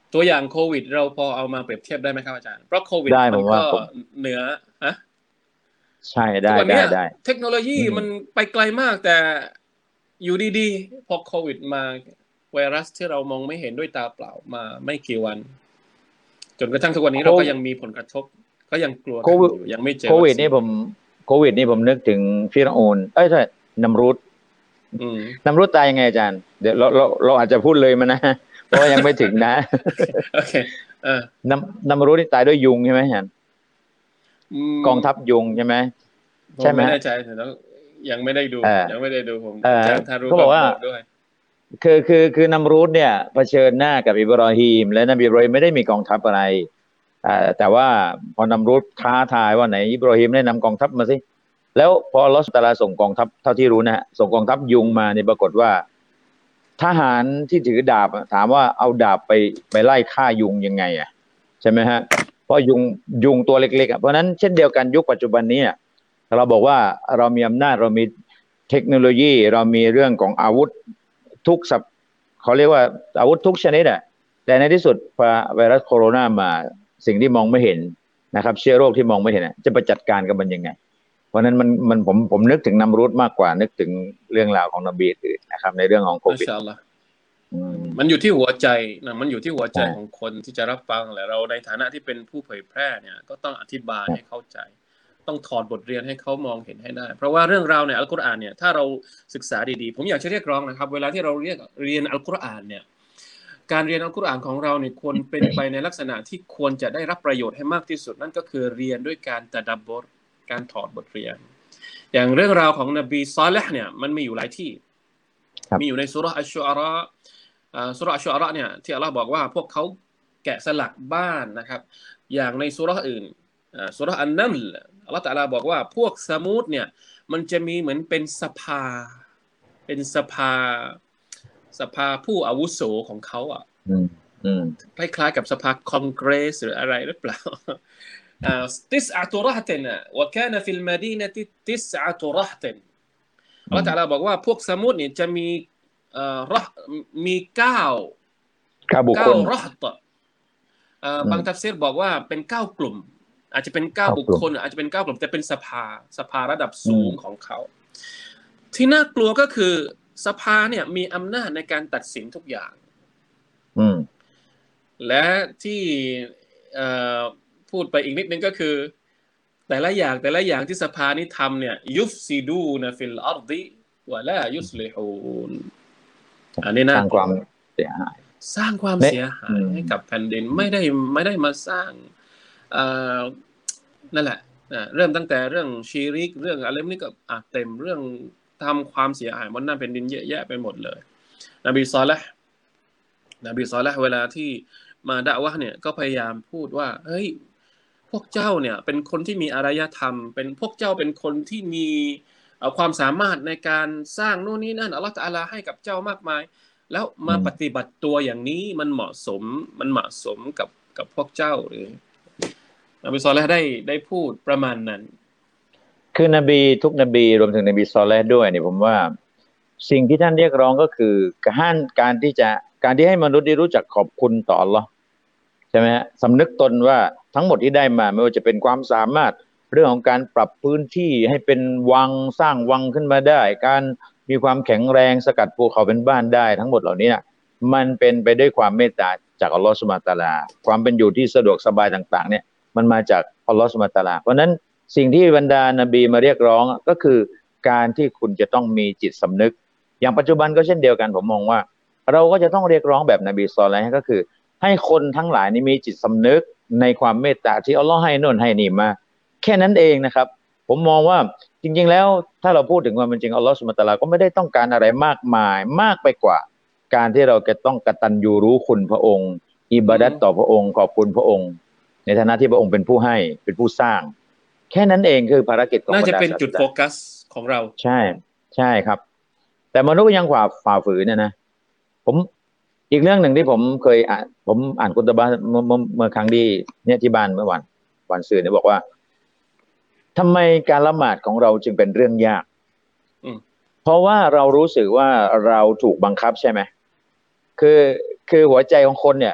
C: ตัวอย่างโควิดเราพอเอามาเปรียบเทียบได้ไหมครับอาจารย์เพราะโควิดมันก็เหนือฮะ
D: ใช่ได้ได้ได้
C: เทคโนโลยีมันไปไกลมากแต่อยู่ดีๆพอโควิดมาไวรัสที่เรามองไม่เห็นด้วยตาเปล่ามาไม่กี่วันจนกระทั่งทุกวันนี้เราก็ยังมีผลกระทบก็ยังกลัวอยู่ยังไม่เจอ
D: โควิดนี่ผมโควิดนี่ผมนึกถึงฟิรเอาน์เอ้ยใช่นัมรูดนัมรูดตายยังไงอาจารย์เดี๋ยวเราเราเราอาจจะพูดเลยมันนะเพราะยังไม่ถึงนะ
C: โอเคเออ
D: นัมนัมรูดนี่ตายด้วยยุงใช่ไหมอาจารย์กองทัพยุงใช่ไหม
C: ใช่ไหมไม่แน่ใจแต่ยังไม่ได้ดูยังไม่ได้ดูผมอาจารย์ทารุ
D: เขาบอกว่าคือคือคือนัมรูดเนี่ยเผชิญหน้ากับอิบรอฮีมและนบีอิบรอฮีมไม่ได้มีกองทัพอะไรแต่ว่าพอนัมรูดท้าทายว่าไหนอิบรอฮีมได้นำกองทัพมาสิแล้วพออัลเลาะห์ตะอาลาส่งกองทัพเท่าที่รู้นะฮะส่งกองทัพยุงมาเนี่ยปรากฏว่าทหารที่ถือดาบถามว่าเอาดาบไปไปไล่ฆ่ายุงยังไงอ่ะใช่ไหมฮะเพราะยุงยุงตัวเล็กๆอ่ะเพราะนั้นเช่นเดียวกันยุคปัจจุบันนี้เราบอกว่าเรามีอำนาจเรามีเทคโนโลยีเรามีเรื่องของอาวุธทุกสับเขาเรียกว่าอาวุธทุกชนิดอ่ะแต่ในที่สุดพอไวรัสโคโรนามาสิ่งที่มองไม่เห็นนะครับเชื้อโรคที่มองไม่เห็นจะไปจัดการกับมันยังไงเพราะนั้นมันมันผมผมนึกถึงนัมรูดมากกว่านึกถึงเรื่องราวของนบีอื่นนะครับในเรื่องของโควิด
C: มันอยู่ที่หัวใจนะมันอยู่ที่หัวใจของคนที่จะรับฟังแหละเราในฐานะที่เป็นผู้เผยแพร่เนี่ยก็ต้องอธิบายให้เข้าใจต้องถอดบทเรียนให้เขามองเห็นให้ได้เพราะว่าเรื่องราวในอัลกุรอานเนี่ยถ้าเราศึกษาดีๆผมอยากจะเรียกร้องนะครับเวลาที่เราเรียกเรียนอัลกุรอานเนี่ยการเรียนอัลกุรอานของเราเนี่ยควรเป็นไปในลักษณะที่ควรจะได้รับประโยชน์ให้มากที่สุดนั่นก็คือเรียนด้วยการตะดับบทการถอดบทเรียนอย่างเรื่องราวของนบีซอลิห์เนี่ยมันมีอยู่หลายที่มีอยู่ในซูเราะห์อัชชุอาเราะห์อ่าซูเราะห์อัชชุอาเราะห์เนี่ยที่อัลเลาะห์บอกว่าพวกเขาแกะสลักบ้านนะครับอย่างในซูเราะห์อื่นอ่าซูเราะห์อันนัมลอัลเลาะห์ตะอาลาบอกว่าพวกซะมูดเนี่ยมันจะมีเหมือนเป็นสภาเป็นสภาสภาผู้อาวุโสของเขาอ่ะคล้ายๆกับสภาคองเกรสหรืออะไรหรือเปล่าติสอะตุเราะห์ตันวะกานะฟิลมะดีนะติติสอะตุเราะห์ตันอัลเลาะห์ตะอาลาบอกว่าพวกซะมูดเนี่ยจะมีเอ่อเราะห์มีเก้า
D: เก้าบุคคล
C: เราะห์ตะเอ่อบางตัฟซีรบอกว่าเป็นเก้ากลุ่มอาจจะเป็นเก้าบุคคลอาจจะเป็นเก้ากลุ่มแต่เป็นสภาสภาระดับสูงของเขาที่น่ากลัวก็คือสภาเนี่ยมีอำนาจในการตัดสินทุกอย่างและที่เอ่อพูดไปอีกนิดนึงก็คือแต่ละอย่างแต่ละอย่างที่สภานี้ทำเนี่ยยุฟซิดูนะฟิลอัรฎิวะลายุศลิฮูนอันนี้นะ
D: สร้างความเสียหาย
C: สร้างความเสียหายให้กับแผ่นดินไม่ได้ไม่ได้มาสร้างเอ่อนั่นแหละเริ่มตั้งแต่เรื่องชีริกเรื่องอะไรนี่ก็อ่ะเต็มเรื่องทำความเสียหายบนหน้าแผ่นดินเยอะแยะไปหมดเลยนบีซอลิห์นบีซอลิห์เวลาที่มาดะวะห์เนี่ยก็พยายามพูดว่าเฮ้ยพวกเจ้าเนี่ยเป็นคนที่มีอารยธรรมเป็นพวกเจ้าเป็นคนที่มีความสามารถในการสร้างโน่นนี่นั่นอัลเลาะห์ตะอาลาให้กับเจ้ามากมายแล้วมาปฏิบัติตัวอย่างนี้มันเหมาะสมมันเหมาะสมกับกับพวกเจ้าหรือนบีซอลิห์ได้ได้พูดประมาณนั้น
D: คือนบีทุกนบีรวมถึงนบีซอลิห์ด้วยเนี่ยผมว่าสิ่งที่ท่านเรียกร้องก็คือการการที่จะการที่ให้มนุษย์ได้รู้จักขอบคุณต่ออัลเลาะห์ใช่ไหมฮะสำนึกตนว่าทั้งหมดที่ได้มาไม่ว่าจะเป็นความสามารถเรื่องของการปรับพื้นที่ให้เป็นวังสร้างวังขึ้นมาได้การมีความแข็งแรงสกัดภูเขาเป็นบ้านได้ทั้งหมดเหล่านี้มันเป็นไปด้วยความเมตตาจากอัลเลาะห์ซุบฮานะฮูวะตะอาลาความเป็นอยู่ที่สะดวกสบายต่างๆเนี่ยมันมาจากอัลเลาะห์ซุบฮานะฮูวะตะอาลาเพราะนั้นสิ่งที่บรรดานบีมาเรียกร้องก็คือการที่คุณจะต้องมีจิตสำนึกอย่างปัจจุบันก็เช่นเดียวกันผมมองว่าเราก็จะต้องเรียกร้องแบบนบีศ็อลลัลลอฮุอะลัยฮิวะซัลลัมก็คือให้คนทั้งหลายนี้มีจิตสำนึกในความเมตตาที่อัลเลาะห์ให้โน่นให้นี่มาแค่นั้นเองนะครับผมมองว่าจริงๆแล้วถ้าเราพูดถึงความเป็นจริงอัลเลาะห์ซุบฮานะฮูวะตะอาลาก็ไม่ได้ต้องการอะไรมากมายมากไปกว่าการที่เราจะต้องกตัญญูรู้คุณพระองค์อิบาดัตต่อพระองค์ขอบคุณพระองค์ในฐานะที่พระองค์เป็นผู้ให้เป็นผู้สร้างแค่นั้นเองคือภารกิจของ
C: น่าจะเป็นจุดโฟกัสของเรา
D: ใช่ใช่ครับแต่มนุษย์ก็ยังฝ่าฝ่าฝืนเนี่ยนะผมอีกเรื่องหนึ่งที่ผมเคยอ่านผมอ่านกุตบะห์เมื่อเมื่อครั้งที่เนี่ยที่บ้านเมื่อวันวันศุกร์เนี่ยบอกว่าทำไมการละหมาดของเราจึงเป็นเรื่องยากเพราะว่าเรารู้สึกว่าเราถูกบังคับใช่ไหมคือคือหัวใจของคนเนี่ย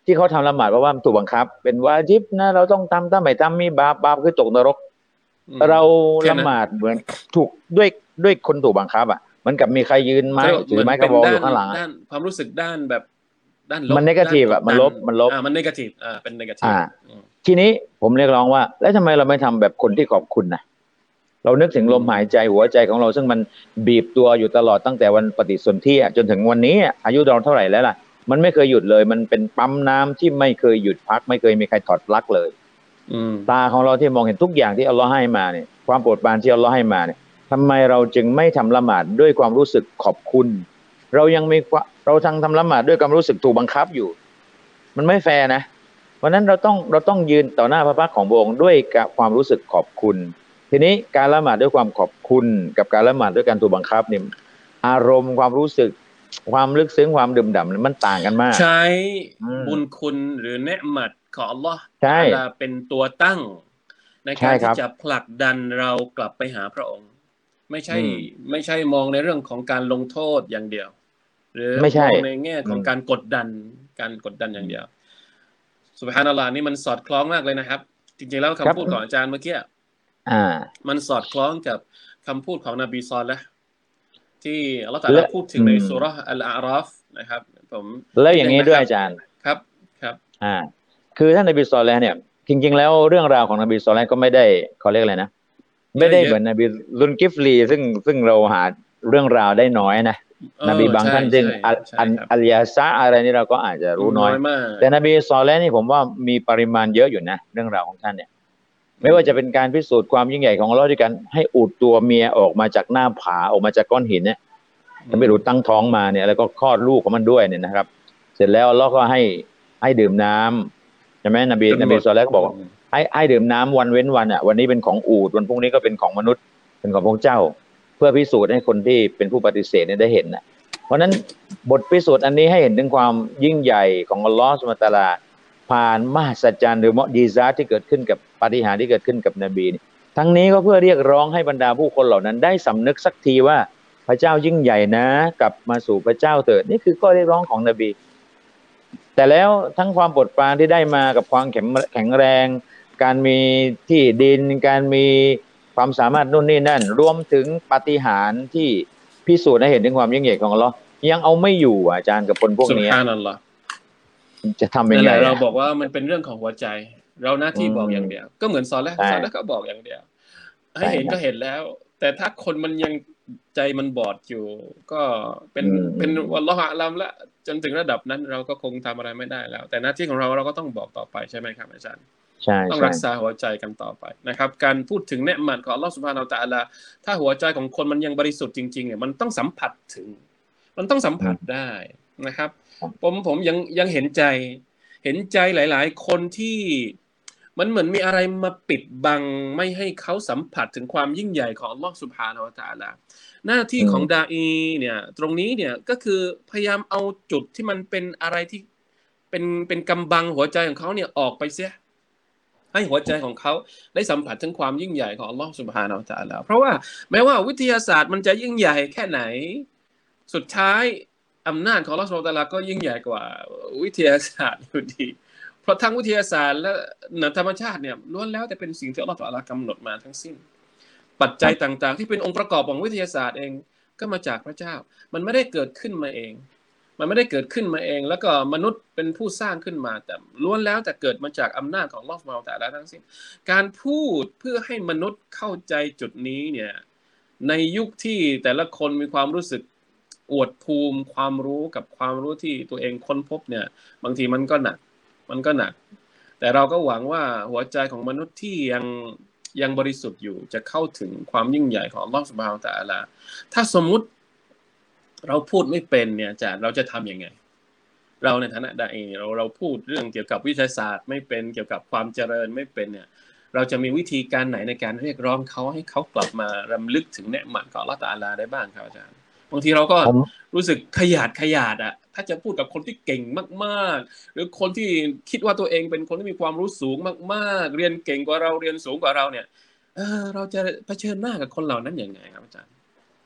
D: ที่เขาทำละหมาดเพราะว่าถูกบังคับเป็นวาญิบนะเราต้องทำถ้าไม่ทำมีบาปบาปคือตกนรกเราละหมาดเหมือนถูกด้วยด้วยคนถูกบังคับอ่ะเหมือนกับมีใครยืนไม้ถือไม้กระบอกอยู่ข้างหลัง
C: ด้านความรู้สึกด้านแบบด้านลบ
D: มันเนกาทีฟอ่ะมันลบมันลบ
C: อ่ามันเนกาทีฟอ่าเป็นเนกาทีฟ
D: ทีนี้ผมเรียกร้องว่าแล้วทำไมเราไม่ทำแบบคนที่ขอบคุณนะเรานึกถึงลมหายใจหัวใจของเราซึ่งมันบีบตัวอยู่ตลอดตั้งแต่วันปฏิสนธิจนถึงวันนี้อายุเราเท่าไหร่แล้วล่ะมันไม่เคยหยุดเลยมันเป็นปั๊มน้ำที่ไม่เคยหยุดพักไม่เคยมีใครถอดปลั๊กเลยตาของเราที่มองเห็นทุกอย่างที่อัลลอฮ์ให้มาเนี่ยความโปรดปรานที่อัลลอฮ์ให้มาเนี่ยทำไมเราจึงไม่ทำละหมาดด้วยความรู้สึกขอบคุณเรายังมีเราทั้งทำละหมาดด้วยความรู้สึกถูกบังคับอยู่มันไม่แฟร์นะเพราะนั้นเราต้องเราต้องยืนต่อหน้าพระพักตร์ของพระองค์ด้วยความรู้สึกขอบคุณทีนี้การละหมาดด้วยความขอบคุณกับการละหมาดด้วยการถูกบังคับเนี่ยอารมณ์ความรู้สึกความลึกซึ้งความดื่มด่ำมันต่างกันมาก
C: ใช้บุญคุณหรือเนืหมัดของอัลลอฮ์เป็นตัวตั้งในการที่จะผลักดันเรากลับไปหาพระองค์ไม่ใช่ไม่ใช่มองในเรื่องของการลงโทษอย่างเดียวหรือมองในแง่ของการกดดันการกดดันอย่างเดียวซุบฮานัลลอฮ์นี่มันสอดคล้องมากเลยนะครับจริงๆแล้วคำพูดของอาจารย์เมื่อกี้มันสอดคล้องกับคำพูดของนบีซอลิห์ที่อัลเลาะห์ตะอาลาพูดถึงในซูเราะห์อัลอาราฟนะครับผม
D: แล้วอย่างนี้ด้วยอาจารย์
C: ครับครับ
D: อ่าคือท่านนบีซอลิห์เนี่ยจริงๆแล้วเรื่องราวของนบีซอลิห์ก็ไม่ได้เขาเรียกอะไรนะไม่ได้เหมือนนบีลุนกิฟลีซึ่งซึ่งเราหาเรื่องราวได้น้อยนะนบีบางท่านจึงอัลยาซะอะไรนี่เราก็อาจจะรู้น้อยแต่นบีซอลิห์นี่ผมว่ามีปริมาณเยอะอยู่นะเรื่องราวของท่านเนี่ยไม่ว่าจะเป็นการพิสูจน์ความยิ่งใหญ่ของอัลเลาะห์ด้วยกันให้อูดตัวเมียออกมาจากหน้าผาออกมาจากก้อนหินเนี่ยไม่รู้ตั้งท้องมาเนี่ยแล้วก็คลอดลูกของมันด้วยเนี่ยนะครับเสร็จแล้วอัลเลาะห์ก็ให้ให้ดื่มน้ำใช่ไหมนบีนบีซอลิห์ก็บอกให้ให้ดื่มน้ำวันเว้นวันอ่ะวันนี้เป็นของอูฐวันพรุ่งนี้ก็เป็นของมนุษย์เป็นของพระเจ้าเพื่อพิสูจน์ให้คนที่เป็นผู้ปฏิเสธเนี่ยได้เห็นนะเพราะนั้นบทพิสูจน์อันนี้ให้เห็นถึงความยิ่งใหญ่ของอัลลอฮฺซุบฮานะฮูวะตะอาลาผ่านมหัศจรรย์หรือมุอ์ญิซาตที่เกิดขึ้นกับปาฏิหาริย์ที่เกิดขึ้นกับนบีทั้งนี้ก็เพื่อเรียกร้องให้บรรดาผู้คนเหล่านั้นได้สำนึกสักทีว่าพระเจ้ายิ่งใหญ่นะกลับมาสู่พระเจ้าเถิดนี่คือข้อเรียกร้องของนบีแต่แล้วทั้งความโปรดปรานที่ได้มากับความแข็งแข็งแรงการมีที่ดินการมีความสามารถนู่นนี่นั่นรวมถึงปาฏิหาริย์ที่พิสูจน์ให้เห็นถึงความยิ่งใหญ่ของอัลเลาะห์ยังเอาไม่อยู่อาจารย์กับคนพวกนี้
C: ซุบฮานัลลอฮ์
D: จะทำยังไง
C: เราบอกว่ามันเป็นเรื่องของหัวใจเราหน้าที่บอกอย่างเดียวก็เหมือนซอลิห์ซอลิห์ก็บอกอย่างเดียวให้เห็นก็เห็นแล้วแต่ถ้าคนมันยังใจมันบอดอยู่ก็เป็นเป็นวัลลอฮุอะลัมละจนถึงระดับนั้นเราก็คงทำอะไรไม่ได้แล้วแต่หน้าที่ของเราเราก็ต้องบอกต่อไปใช่ไหมครับอาจารย์
D: ใช่
C: ต้องรักษาหัวใจกันต่อไปนะครับการพูดถึงเนืหมัดของอัลเลาะห์ซุบฮานะฮูวะตะอาลาถ้าหัวใจของคนมันยังบริสุทธิ์จริงๆเนี่ยมันต้องสัมผัสถึงมันต้องสัมผัสได้นะครับผมผมยังยังเห็นใจเห็นใจหลายๆคนที่มันเหมือนมีอะไรมาปิดบังไม่ให้เขาสัมผัสถึงความยิ่งใหญ่ของอัลเลาะห์ซุบฮานะฮูวะตะอาลาหน้าที่ของดาอีเนี่ยตรงนี้เนี่ยก็คือพยายามเอาจุดที่มันเป็นอะไรที่เป็นเป็นกำบังหัวใจของเขาเนี่ยออกไปเสียให้หัวใจของเขาได้สัมผัสถึงความยิ่งใหญ่ของอัลเลาะห์ซุบฮานะฮูวะตะอาลาเพราะว่าแม้ว่าวิทยาศาสตร์มันจะยิ่งใหญ่แค่ไหนสุดท้ายอำนาจของอัลเลาะห์ซุบฮานะฮูวะตะอาลาก็ยิ่งใหญ่กว่าวิทยาศาสตร์อยู่ดีเพราะทั้งวิทยาศาสตร์และธรรมชาติเนี่ยล้วนแล้วแต่เป็นสิ่งที่อัลเลาะห์ตะอาลากำหนดมาทั้งสิ้นปัจจัยต่างๆที่เป็นองค์ประกอบของวิทยาศาสตร์เองก็มาจากพระเจ้ามันไม่ได้เกิดขึ้นมาเองมันไม่ได้เกิดขึ้นมาเองแล้วก็มนุษย์เป็นผู้สร้างขึ้นมาแต่ล้วนแล้วแต่เกิดมาจากอำนาจของอัลเลาะห์ซุบฮานะฮูวะตะอาลาทั้งสิ้นการพูดเพื่อให้มนุษย์เข้าใจจุดนี้เนี่ยในยุคที่แต่ละคนมีความรู้สึกอวดภูมิความรู้กับความรู้ที่ตัวเองค้นพบเนี่ยบางทีมันก็หนักมันก็หนักแต่เราก็หวังว่าหัวใจของมนุษย์ที่ยังยังบริสุทธิ์อยู่จะเข้าถึงความยิ่งใหญ่ของอัลเลาะห์ซุบฮานะฮูวะตะอาลาถ้าสมมุติเราพูดไม่เป็นเนี่ยอาจารย์เราจะทำยังไงเราในฐานะดาอีเราเราพูดเรื่องเกี่ยวกับวิทยาศาสตร์ไม่เป็นเกี่ยวกับความเจริญไม่เป็นเนี่ยเราจะมีวิธีการไหนในการเรียกร้องเขาให้เขากลับมารำลึกถึงเนืหมัดของอัลเลาะห์ตะอาลาได้บ้างครับอาจารย์บางทีเราก็รู้สึกขยาดขยาดอ่ะถ้าจะพูดกับคนที่เก่งมากๆหรือคนที่คิดว่าตัวเองเป็นคนที่มีความรู้สูงมากๆเรียนเก่งกว่าเราเรียนสูงกว่าเราเนี่ยเออเราจะเผชิญหน้ากับคนเหล่านั้นยังไงครับอาจารย์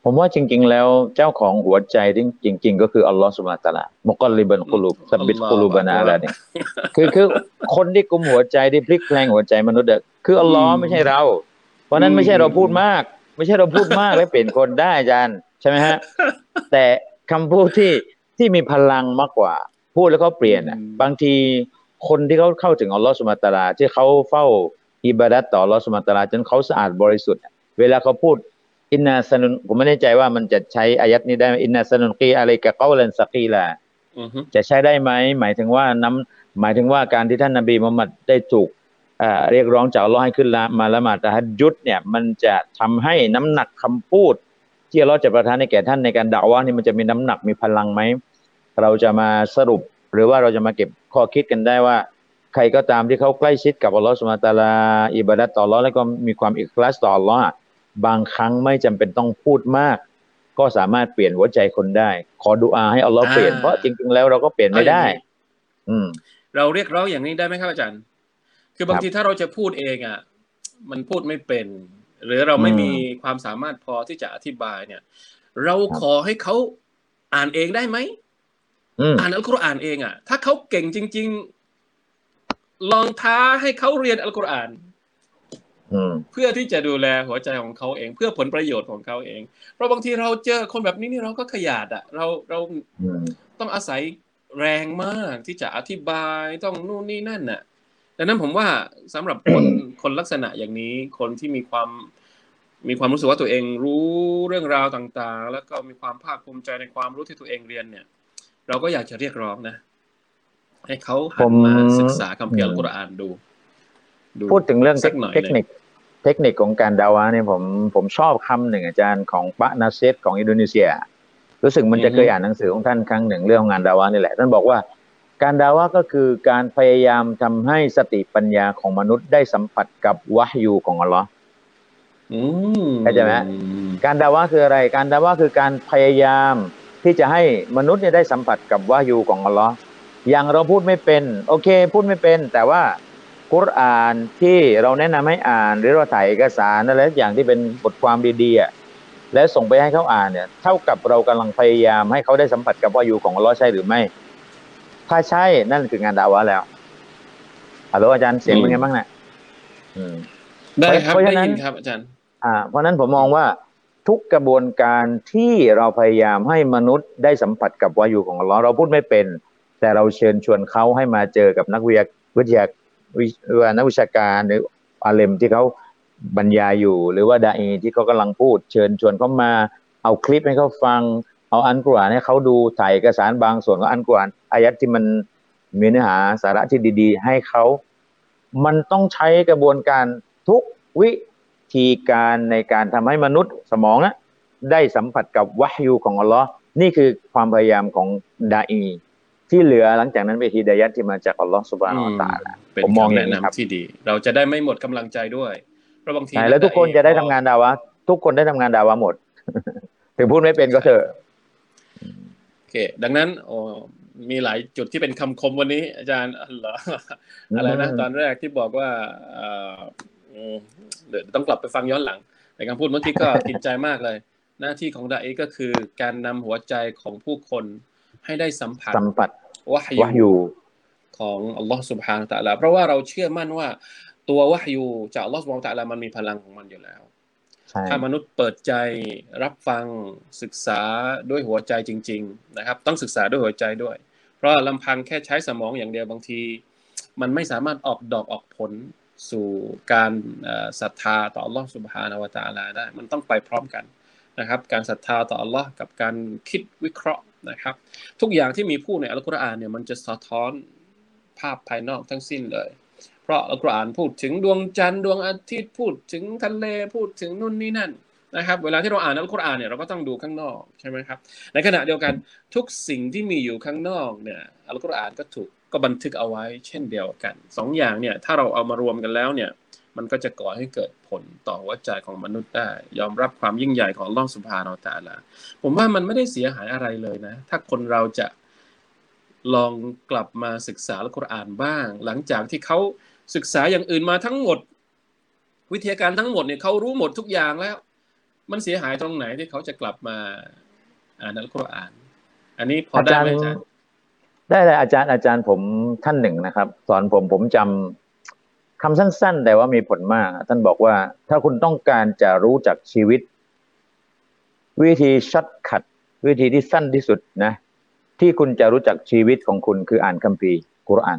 D: ผมว่าจริงๆแล้วเจ้าของหัวใจจริงๆก็คืออัลลอฮฺซุบฮานะฮูวะตะอาลามุกัลลิบันกุลูบซับบิตกุลูบานาอะไรเนี่ยคือคือคนที่กุมหัวใจที่พลิกแปลงหัวใจมนุษย์คืออัลลอฮ์ไม่ใช่เราเพราะนั้นไม่ใช่เราพูดมากไม่ใช่เราพูดมากแล้วเปลี่ยนคนได้อาจารย์ใช่ไหมฮะแต่คำพูดที่ที่มีพลังมากกว่าพูดแล้วเขาเปลี่ยนอ่ะบางทีคนที่เขาเข้าถึงอัลลอฮฺซุบฮานะฮูวะตะอาลาที่เขาเฝ้าอิบาดัตต่ออัลลอฮฺซุบฮานะฮูวะตะอาลาจนเขาสะอาดบริสุทธิ์เวลาเขาพูดอินนาสนุนผมไม่แน่ใจว่ามันจะใช้อายัดนี้ได้อินนาสนุนกีอะไรกะกอลันสักีลาจะใช้ได้ไหมหมายถึงว่าน้ำหมายถึงว่าการที่ท่านนบีมุฮัมมัดได้ถูกเรียกร้องจากอัลเลาะห์ให้ขึ้นละมาละหมาดตะฮัจญุดเนี่ยมันจะทำให้น้ำหนักคำพูดที่อัลเลาะห์จะประทานให้แก่ท่านในการด่าวะห์นี่มันจะมีน้ำหนักมีพลังไหมเราจะมาสรุปหรือว่าเราจะมาเก็บข้อคิดกันได้ว่าใครก็ตามที่เขาใกล้ชิดกับอัลเลาะห์ซุบฮานะฮูวะตะอาลาอิบาดัตต่ออัลเลาะห์แล้วก็มีความอิคลาสต่ออัลเลาะห์บางครั้งไม่จำเป็นต้องพูดมากก็สามารถเปลี่ยนหัวใจคนได้ขอดุอาให้อัลเลาะห์เปลี่ยนเพราะจริงๆแล้วเราก็เปลี่ยนไม่ได้อืม
C: เราเรียกร้องอย่างนี้ได้ไหมครับอาจารย์คือบางทีถ้าเราจะพูดเองอ่ะมันพูดไม่เป็นหรือเราไม่มีความสามารถพอที่จะอธิบายเนี่ยเราขอให้เขาอ่านเองได้ไหมอ่านอัลกุรอานเองอ่ะถ้าเขาเก่งจริงๆลองท้าให้เขาเรียนอัลกุรอานเพื่อที่จะดูแลหัวใจของเขาเองเพื่อผลประโยชน์ของเขาเองเพราะบางทีเราเจอคนแบบนี้นี่เราก็ขยาดอ่ะเราเราต้องอาศัยแรงมากที่จะอธิบายต้องนู่นนี่นั่นน่ะดังนั้นผมว่าสำหรับคนคนลักษณะอย่างนี้คนที่มีความมีความรู้สึกว่าตัวเองรู้เรื่องราวต่างๆแล้วก็มีความภาคภูมิใจในความรู้ที่ตัวเองเรียนเนี่ยเราก็อยากจะเรียกร้องนะให้เขาหันมาศึกษาคัมภีร์อัลกุรอานดู
D: พูดถึงเรื่องเทคนิคเทคนิคของการดาวะเนี่ยผมผมชอบคำหนึ่งอาจารย์ของปะนาเซตของอินโดนีเซียรู้สึกมันจะเคยอ่านหนังสือของท่านครั้งหนึ่งเรื่องงานดาวะนี่แหละท่านบอกว่าการดาวะก็คือการพยายามทำให้สติปัญญาของมนุษย์ได้สัมผัสกับวะฮยูของอัลลอฮ์เข้าใจไหมการดาวะคืออะไรการดาวะคือการพยายามที่จะให้มนุษย์เนี่ยได้สัมผัสกับวะฮยูของอัลลอฮ์อย่างเราพูดไม่เป็นโอเคพูดไม่เป็นแต่ว่ากุรอานที่เราแนะนำให้อ่านหรือเราถ่ายเอกสารอะไรอย่างที่เป็นบทความดีๆแล้วส่งไปให้เขาอ่านเนี่ยเท่ากับเรากำลังพยายามให้เขาได้สัมผัสกับวะฮยูของอัลลอฮ์ใช่หรือไม่ถ้าใช่นั่นคืองานดาวะแล้วฮัลโหลอาจารย์เสียงเป็นไงบ้างเนี่ย
C: ได้ครับได้ยินครับอาจารย์
D: อ่าเพราะนั้นผมมองว่าทุกกระบวนการที่เราพยายามให้มนุษย์ได้สัมผัสกับวะฮยูของอัลลอฮ์เราพูดไม่เป็นแต่เราเชิญชวนเขาให้มาเจอกับนักวิทยาวิทยาว่านักวิชาการหรืออาเลมที่เขาบรรยายอยู่หรือว่าดาอีที่เขากำลังพูดเชิญชวนเขามาเอาคลิปให้เขาฟังเอาอัลกุรอานให้เขาดูถ่ายเอกสารบางส่วนของอัลกุรอานอายัดที่มันมีเนื้อหาสาระที่ดีๆให้เขามันต้องใช้กระบวนการทุกวิธีการในการทำให้มนุษย์สมองนะได้สัมผัสกับวะฮยูของอัลลอฮ์นี่คือความพยายามของดาอีที่เหลือหลังจากนั้นเป็นฮิดายะห์ที่มาจากอัลลอฮ์ซุบฮานะฮูวะตะอาลา
C: ผมมองอย่างนี้ครับที่ดีเราจะได้ไม่หมดกำลังใจด้วยเพราะบางที
D: แล้วทุกคนจะได้ทำงานดาวะทุกคนได้ทำงานดาวะหมดถึงพูดไม่เป็นก็เถอะ
C: โอเคดังนั้นโอ้มีหลายจุดที่เป็นคำคมวันนี้อาจารย์เหรออะไรนะตอนแรกที่บอกว่าเดี๋ยวต้องกลับไปฟังย้อนหลังในคำพูดเมื่อกี้ก็กินใจมากเลยหน้าที่ของดาอีก็คือการนำหัวใจของผู้คนให้ได้สัมผัส
D: สัมผัส
C: วะฮยูของอัลลอฮฺซุบฮานะฮูวะตะอาลาเพราะว่าเราเชื่อมั่นว่าตัววะฮยูจากอัลลอฮฺซุบฮานะฮูวะตะอาลามันมีพลังของมันอยู่แล้วถ้ามนุษย์เปิดใจรับฟังศึกษาด้วยหัวใจจริงๆนะครับต้องศึกษาด้วยหัวใจด้วยเพราะลำพังแค่ใช้สมองอย่างเดียวบางทีมันไม่สามารถออกดอกออกผลสู่การศรัทธาต่ออัลลอฮฺซุบฮานะฮูวะตะอาลาได้มันต้องไปพร้อมกันนะครับการศรัทธาต่ออัลลอฮ์กับการคิดวิเคราะห์นะครับทุกอย่างที่มีพูดในอัลกุรอานเนี่ยมันจะสะท้อนภาพภายนอกทั้งสิ้นเลยเพราะอัลกุรอานพูดถึงดวงจันทร์ดวงอาทิตย์พูดถึงทะเลพูดถึงนู่นนี่นั่นนะครับเวลาที่เราอ่านอัลกุรอานเนี่ยเราก็ต้องดูข้างนอกใช่ไหมครับในขณะเดียวกันทุกสิ่งที่มีอยู่ข้างนอกเนี่ยอัลกุรอานก็ถูกก็บันทึกเอาไว้เช่นเดียวกันสองอย่างเนี่ยถ้าเราเอามารวมกันแล้วเนี่ยมันก็จะก่อให้เกิดผลต่อหัวใจของมนุษย์ได้ยอมรับความยิ่งใหญ่ของอัลเลาะห์ซุบฮานะฮูวะตะอาลาผมว่ามันไม่ได้เสียหายอะไรเลยนะถ้าคนเราจะลองกลับมาศึกษาอัลกุรอานบ้างหลังจากที่เขาศึกษาอย่างอื่นมาทั้งหมดวิทยาการทั้งหมดเนี่ยเขารู้หมดทุกอย่างแล้วมันเสียหายตรงไหนที่เขาจะกลับมาอ่านอัลกุรอานอันนี้พอได้ไหมอาจารย์
D: ได้เลยอาจารย์อาจารย์ผมท่านหนึ่งนะครับสอนผมผมจำคำสั้นๆแต่ว่ามีผลมากท่านบอกว่าถ้าคุณต้องการจะรู้จักชีวิตวิธีช็อตคัทวิธีที่สั้นที่สุดนะที่คุณจะรู้จักชีวิตของคุณคืออ่านคัมภีร์กุรอาน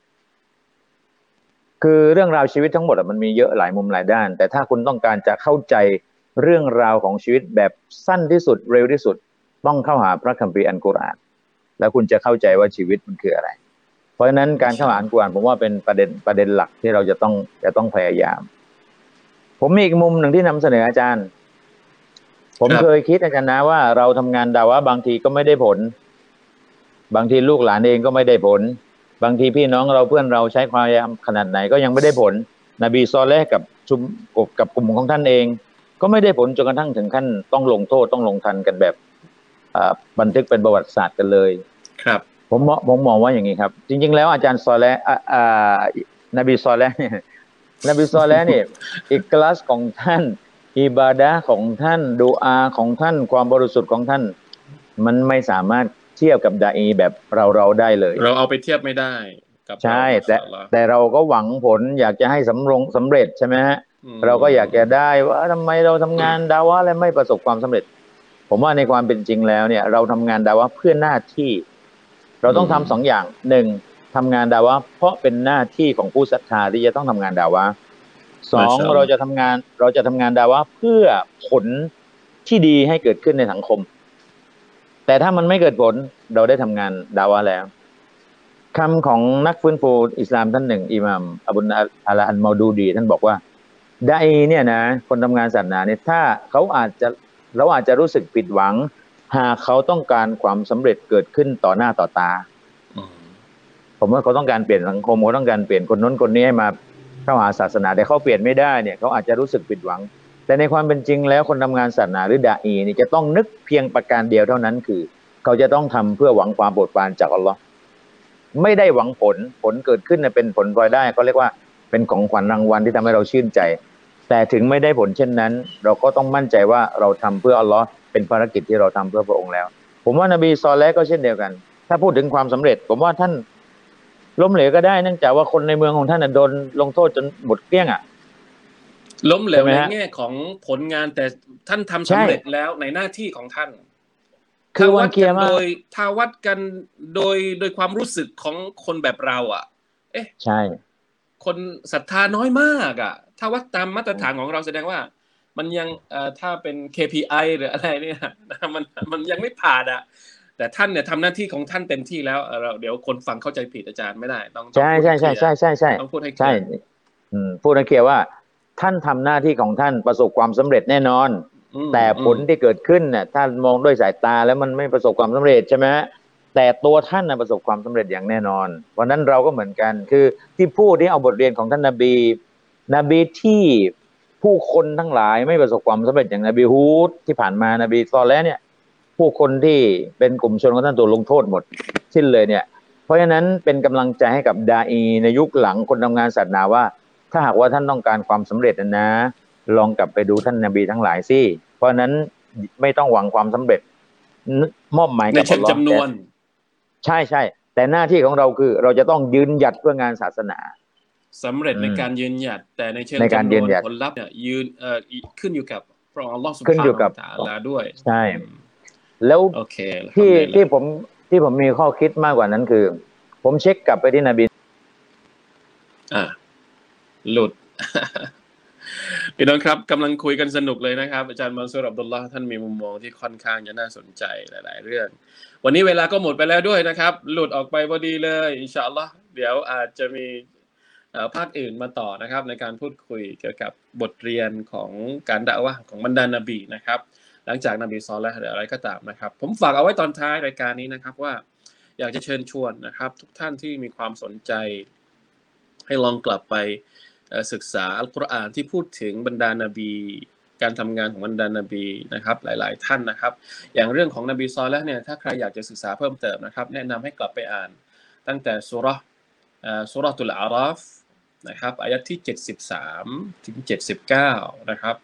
D: คือเรื่องราวชีวิตทั้งหมดมันมีเยอะหลายมุมหลายด้านแต่ถ้าคุณต้องการจะเข้าใจเรื่องราวของชีวิตแบบสั้นที่สุดเร็วที่สุดต้องเข้าหาพระคัมภีร์อัลกุรอานแล้วคุณจะเข้าใจว่าชีวิตมันคืออะไรเพราะฉะนั้นการเข้าหาอัลกุรอานผมว่าเป็นประเด็นประเด็นหลักที่เราจะต้องจะต้องพยายามผมมีอีกมุมหนึ่งที่นำเสนออาจารย์ผมเคยคิดอาจารย์นะว่าเราทำงานดาวะบางทีก็ไม่ได้ผลบางทีลูกหลานเองก็ไม่ได้ผลบางทีพี่น้องเราเพื่อนเราใช้ความพยายามขนาดไหนก็ยังไม่ได้ผลนบีซอเลห์กับชุมกับกลุ่มของท่านเองก็ไม่ได้ผลจนกระทั่งถึงขั้นต้องลงโทษต้องลงทันกันแบบบันทึกเป็นประวัติศาสตร์กันเลย
C: ครับ
D: ผมผมมองว่าอย่างนี้ครับจริงๆแล้วอาจารย์ซอเลห์นบีซอเลห์เนี่ยนบีซอเลห์เนี่ยอิคลาสของท่านอิบาดะห์ของท่านดุอาของท่านความบริสุทธิ์ของท่านมันไม่สามารถเทียบกับดาอีแบบเราเราได้เลย
C: เราเอาไปเทียบไม่ได้
D: กับใช่แต่แต่เราก็หวังผลอยากจะให้สำรงสำเร็จใช่ไหมฮะเราก็อยากจะได้ว่าทำไมเราทำงานดาวะแล้วไม่ประสบความสำเร็จผมว่าในความเป็นจริงแล้วเนี่ยเราทำงานดาวะเพื่อหน้าที่เราต้องทำสองอย่างหนึ่งทำงานดาวะเพราะเป็นหน้าที่ของผู้ศรัทธาที่จะต้องทำงานดาวะสองเราจะทำงานเราจะทำงานดาวะเพื่อผลที่ดีให้เกิดขึ้นในสังคมแต่ถ้ามันไม่เกิดผลเราได้ทำงานดาวะแล้วคำของนักฟื้นฟูอิสลามท่านหนึ่งอิหม่ามอับุลอาลาอันมาดูดีท่านบอกว่าดาอีเนี่ยนะคนทำงานศาสนาเนี่ยถ้าเขาอาจจะเราอาจจะรู้สึกผิดหวังหากเขาต้องการความสำเร็จเกิดขึ้นต่อหน้าต่อตาผมว่าเขาต้องการเปลี่ยนสังคมเขาต้องการเปลี่ยนคนนู้นคนนี้ให้มาเข้าหาศาสนาแต่เขาเปลี่ยนไม่ได้เนี่ยเขาอาจจะรู้สึกผิดหวังแต่ในความเป็นจริงแล้วคนทำงานศาสนาหรือดาอีนี่จะต้องนึกเพียงประการเดียวเท่านั้นคือเขาจะต้องทำเพื่อหวังความโปรดปรานจากอัลลอฮ์ไม่ได้หวังผลผลเกิดขึ้นเป็นผลพลอยได้ก็เรียกว่าเป็นของขวัญรางวัลที่ทำให้เราชื่นใจแต่ถึงไม่ได้ผลเช่นนั้นเราก็ต้องมั่นใจว่าเราทำเพื่ออัลลอฮ์เป็นภารกิจที่เราทำเพื่อพระองค์แล้วผมว่านบีซอเลห์ก็เช่นเดียวกันถ้าพูดถึงความสำเร็จผมว่าท่านล้มเหลวก็ได้เนื่องจากว่าคนในเมืองของท่านโดนลงโทษจนหมดเกลี้ยงอ่ะ
C: ล้มเหลวในแง่ของผลงานแต่ท่านทำสำเร็จแล้วในหน้าที่ของท่าน
D: คือวันเกียร์มา
C: โดยถ้าวัดกันโดยโดยความรู้สึกของคนแบบเราอ่ะเอ๊ะ
D: ใช่
C: คนศรัทธาน้อยมากอ่ะถ้าวัดตามมาตรฐานของเราแสดงว่ามันยังเอ่อถ้าเป็น เค พี ไอ หรืออะไรเนี่ยมันมันยังไม่ผ่านอ่ะแต่ท่านเนี่ยทำหน้าที่ของท่านเต็มที่แล้วเราเดี๋ยวคนฟังเข้าใจผิดอาจารย์ไม่ได้ต้อง
D: ใช่ใช่ใช่ใช่ใช่ใช่
C: ต้องพูดให้
D: ใช่พูดให้เคลียร์ว่าท่านทำหน้าที่ของท่านประสบความสำเร็จแน่นอนแต่ผลที่เกิดขึ้นเนี่ยท่านมองด้วยสายตาแล้วมันไม่ประสบความสำเร็จใช่ไหมแต่ตัวท่านนะประสบความสำเร็จอย่างแน่นอนเพราะนั้นเราก็เหมือนกันคือที่พูดที่เอาบทเรียนของท่านนบีนบีที่ผู้คนทั้งหลายไม่ประสบความสำเร็จอย่างนบีฮูดที่ผ่านมานบีซอเลห์เนี่ยผู้คนที่เป็นกลุ่มชนของท่านถูกลงโทษหมดสิ้นเลยเนี่ยเพราะฉะนั้นเป็นกำลังใจให้กับดาอีในยุคหลังคนทำงานศาสนาว่าถ้าหากว่าท่านต้องการความสำเร็จนะลองกลับไปดูท่านนบีทั้งหลายสิเพราะนั้นไม่ต้องหวังความสำเร็จมอบหมายกับ
C: อัลเลาะห์ในเชิงจำนวน
D: ใช่ใช่แต่หน้าที่ของเราคือเราจะต้องยืนหยัดเพื่องานศาสนา
C: สำเร็จในการยืนหยัดแต่ในเชิงจำนวนผลลัพธ์เนี่ยยืนเอ่อขึ้นอยู่กับพระอัลเลาะห์ซุบฮานะฮูวะตะอาลาด้วย
D: ใช่แล้วที่ที่ผมที่ผมมีข้อคิดมากกว่านั้นคือผมเช็คกลับไปที่นบี
C: อ่าหลุดพี่น้องครับกำลังคุยกันสนุกเลยนะครับอาจารย์มังซูร อับดุลลอฮ์ท่านมีมุมมองที่ค่อนข้างจะน่าสนใจหลายๆเรื่องวันนี้เวลาก็หมดไปแล้วด้วยนะครับหลุดออกไปพอดีเลยอินชาอัลลอฮ์เดี๋ยวอาจจะมีภาคอื่นมาต่อนะครับในการพูดคุยเกี่ยวกับบทเรียนของการดะอ์วะห์ของบรรดานบีนะครับหลังจากนบีซอเลห์หรืออะไรก็ตามนะครับผมฝากเอาไว้ตอนท้ายรายการนี้นะครับว่าอยากจะเชิญชวนนะครับทุกท่านที่มีความสนใจให้ลองกลับไปศึกษาอัลกุรอานที่พูดถึงบรรดานบีการทำงานของบรรดานบีนะครับหลายๆท่านนะครับอย่างเรื่องของนบีซอเลห์เนี่ยถ้าใครอยากจะศึกษาเพิ่มเติมนะครับแนะนำให้กลับไปอ่านตั้งแต่ซูเราะห์ซูเราะตุลอาราฟนะครับอายะห์ที่เจ็ดสิบสามถึงเจ็ดสิบเก้านะครับ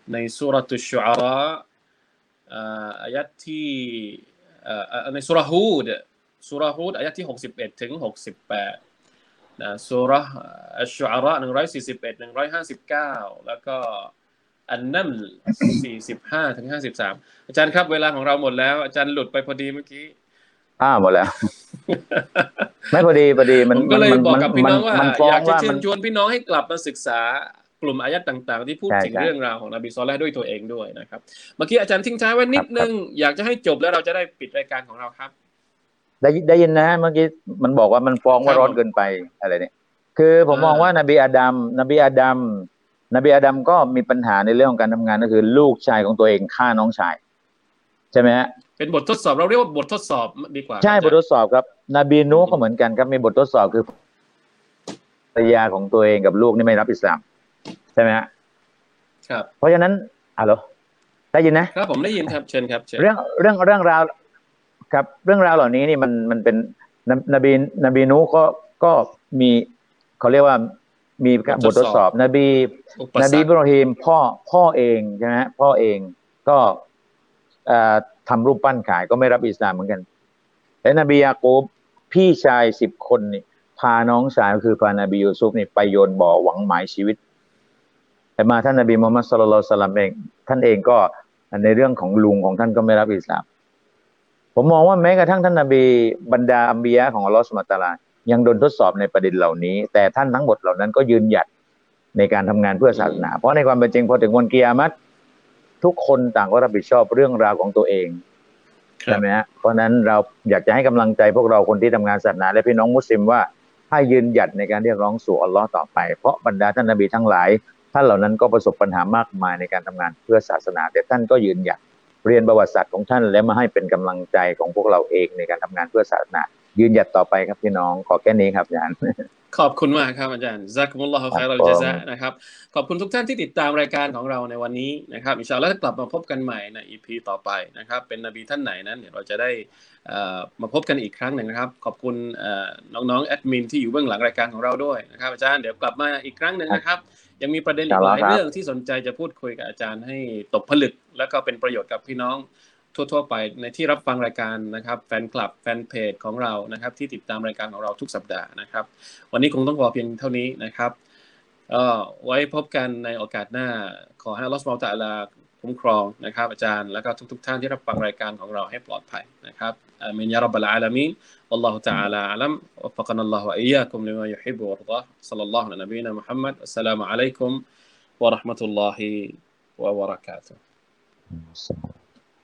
C: ในซูเราะตุชชุอาเราะห์อายะห์ที่ในซูเราะห์ฮูดซูเราะห์ฮูดอายะห์ที่หกสิบเอ็ดถึงหกสิบแปดนะซูเราะห์อัชชุอาเราะห์หนึ่งร้อยสี่สิบเอ็ด หนึ่งร้อยห้าสิบเก้าแล้วก็อันนัมลสี่สิบห้าถึงห้าสิบสามอาจารย์ครับเวลาของเราหมดแล้วอาจารย์หลุดไปพอดีเมื่อกี้
D: อ้าหมดแล้วไม่พอดีพอดีมัน
C: ก็เลยบอกกับพี่น้องว่าอยากจะเชิญชวนพี่น้องให้กลับมาศึกษากลุ่มอายะห์ต่างๆที่พูดถึงเรื่องราวของนบีศ็อลลัลลอฮุอะลัยฮิวะซัลลัมด้วยตัวเองด้วยนะครับเมื่อกี้อาจารย์ทิ้งท้ายไว้นิดนึงอยากจะให้จบแล้วเราจะได้ปิดรายการของเราครับ
D: ได้ได้ยินนะเมื่อกี้มันบอกว่ามันฟ้องว่าร้อนเกินไปอะไรเนี่ยคือผมมองว่านบีอาดัมนบีอาดัมนบีอาดัมก็มีปัญหาในเรื่องของการทำงานก็คือลูกชายของตัวเองฆ่าน้องชายใช่ไหมฮะ
C: เป็นบททดสอบเราเรียกว่าบททดสอบดีกว่า
D: ใช่บททดสอบครับนบีนูห์ก็เหมือนกันครับมีบททดสอบคือภรรยาของตัวเองกับลูกนี่ไม่รับอิสลามใช่ไหมฮะ
C: ครับ
D: เพราะฉะนั้นอ่ะเหรอได้ยินนะครับ
C: ผมได้ยินครับเชิญครับ
D: เรื่องเรื่องเรื่องราวครับเรื่องราวเหล่านี้นี่มันมันเป็นนบีนบีนูห์ก็ก็มีเขาเรียกว่ามีบททดสอบนบีนบีอิบราฮิมพ่อพ่อเองใช่ไหมพ่อเองก็ทำรูปปั้นขายก็ไม่รับอิสลามเหมือนกันและนบียากูบพี่ชายสิบคนนี่พาน้องชายก็คือพานบียูซุฟนี่ไปโยนบ่อหวังหมายชีวิตแต่มาท่านนบีมุฮัมมัดศ็อลลัลลอฮุอะลัยฮิวะซัลลัมเองท่านเองก็ในเรื่องของลุงของท่านก็ไม่รับอิสลามผมมองว่าแม้กระทั่งท่านนบีบรรดาอัมบิยะห์ของอัลเลาะห์ซุบฮานะฮูวะตะอาลายังโดนทดสอบในประเด็นเหล่านี้แต่ท่านทั้งหมดเหล่านั้นก็ยืนหยัดในการทำงานเพื่อศาสนาเพราะในความเป็นจริงพอถึงวันกิยามะฮ์ทุกคนต่างก็รับผิดชอบเรื่องราวของตัวเองใช่ไหมฮะเพราะนั้นเราอยากจะให้กำลังใจพวกเราคนที่ทำงานศาสนาและพี่น้องมุสลิมว่าให้ยืนหยัดในการเรียกร้องสู่อัลเลาะห์ต่อไปเพราะบรรดาท่านนบีทั้งหลายท่านเหล่านั้นก็ประสบปัญหามากมายในการทำงานเพื่อศาสนาแต่ท่านก็ยืนหยัดเรียนประวัติศาสตร์ของท่านและมาให้เป็นกำลังใจของพวกเราเองในการทำงานเพื่อศาสนายืนหยัดต่อไปครับพี่น้องขอแค่นี้ครับอาจารย์
C: ขอบคุณมากครับอาจารย์ซักมุลลอฮุค็อยรัลญะซานะครับขอบคุณทุกท่านที่ติดตามรายการของเราในวันนี้นะครับอินชาอัลเลาะห์กลับมาพบกันใหม่ใน อี พี ต่อไปนะครับเป็นนบีท่านไหนนั้นเดี๋ยวเราจะได้มาพบกันอีกครั้งหนึ่งนะครับขอบคุณน้องๆแอดมินที่อยู่เบื้องหลังรายการของเราด้วยนะครับอาจารย์เดี๋ยวกลับมาอีกครั้งหนึ่งนะครับยังมีประเด็นอีกหลายเรื่องที่สนใจจะพูดคุยกับอาจารย์ให้ตกผลึกแล้วก็เป็นประโยชน์กับพี่น้องทั่วๆไปในที่รับฟังรายการนะครับแฟนคลับแฟนเพจของเรานะครับที่ติดตามรายการของเราทุกสัปดาห์นะครับวันนี้คงต้องพอเพียงเท่านี้นะครับเอ่อไว้พบกันในโอกาสหน้าขอให้อัลเลาะห์ซุบฮานะฮูวะตะอาลาคุ้มครองนะครับอาจารย์แล้วก็ทุกๆท่านที่รับฟังรายการของเราให้ปลอดภัยนะครับอามีนยาร็อบบัลอาลามีนวัลลอฮุตะอาลาอะลัมวัฟฟะกะนัลลอฮุวะอียากุมลิมายุฮิบบุวะยัรฎอศ็อลลัลลอฮุอะลานบีนะมุฮัมมัดอัสสลามุอะลัยกุมวะเราะห์มะตุลลอฮิวะบะเราะกาตุฮ์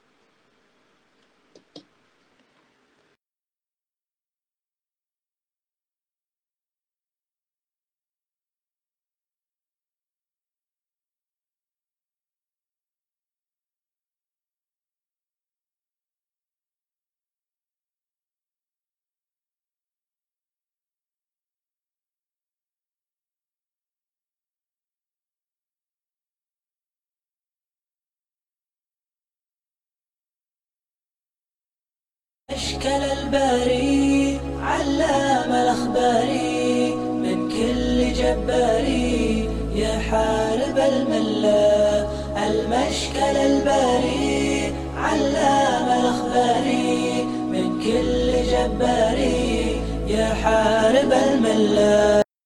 A: أشكال الباري علام الأخباري من كل جباري يا حارب الملا المشكل الباري علام الأخباري من كل جباري يا حارب الملا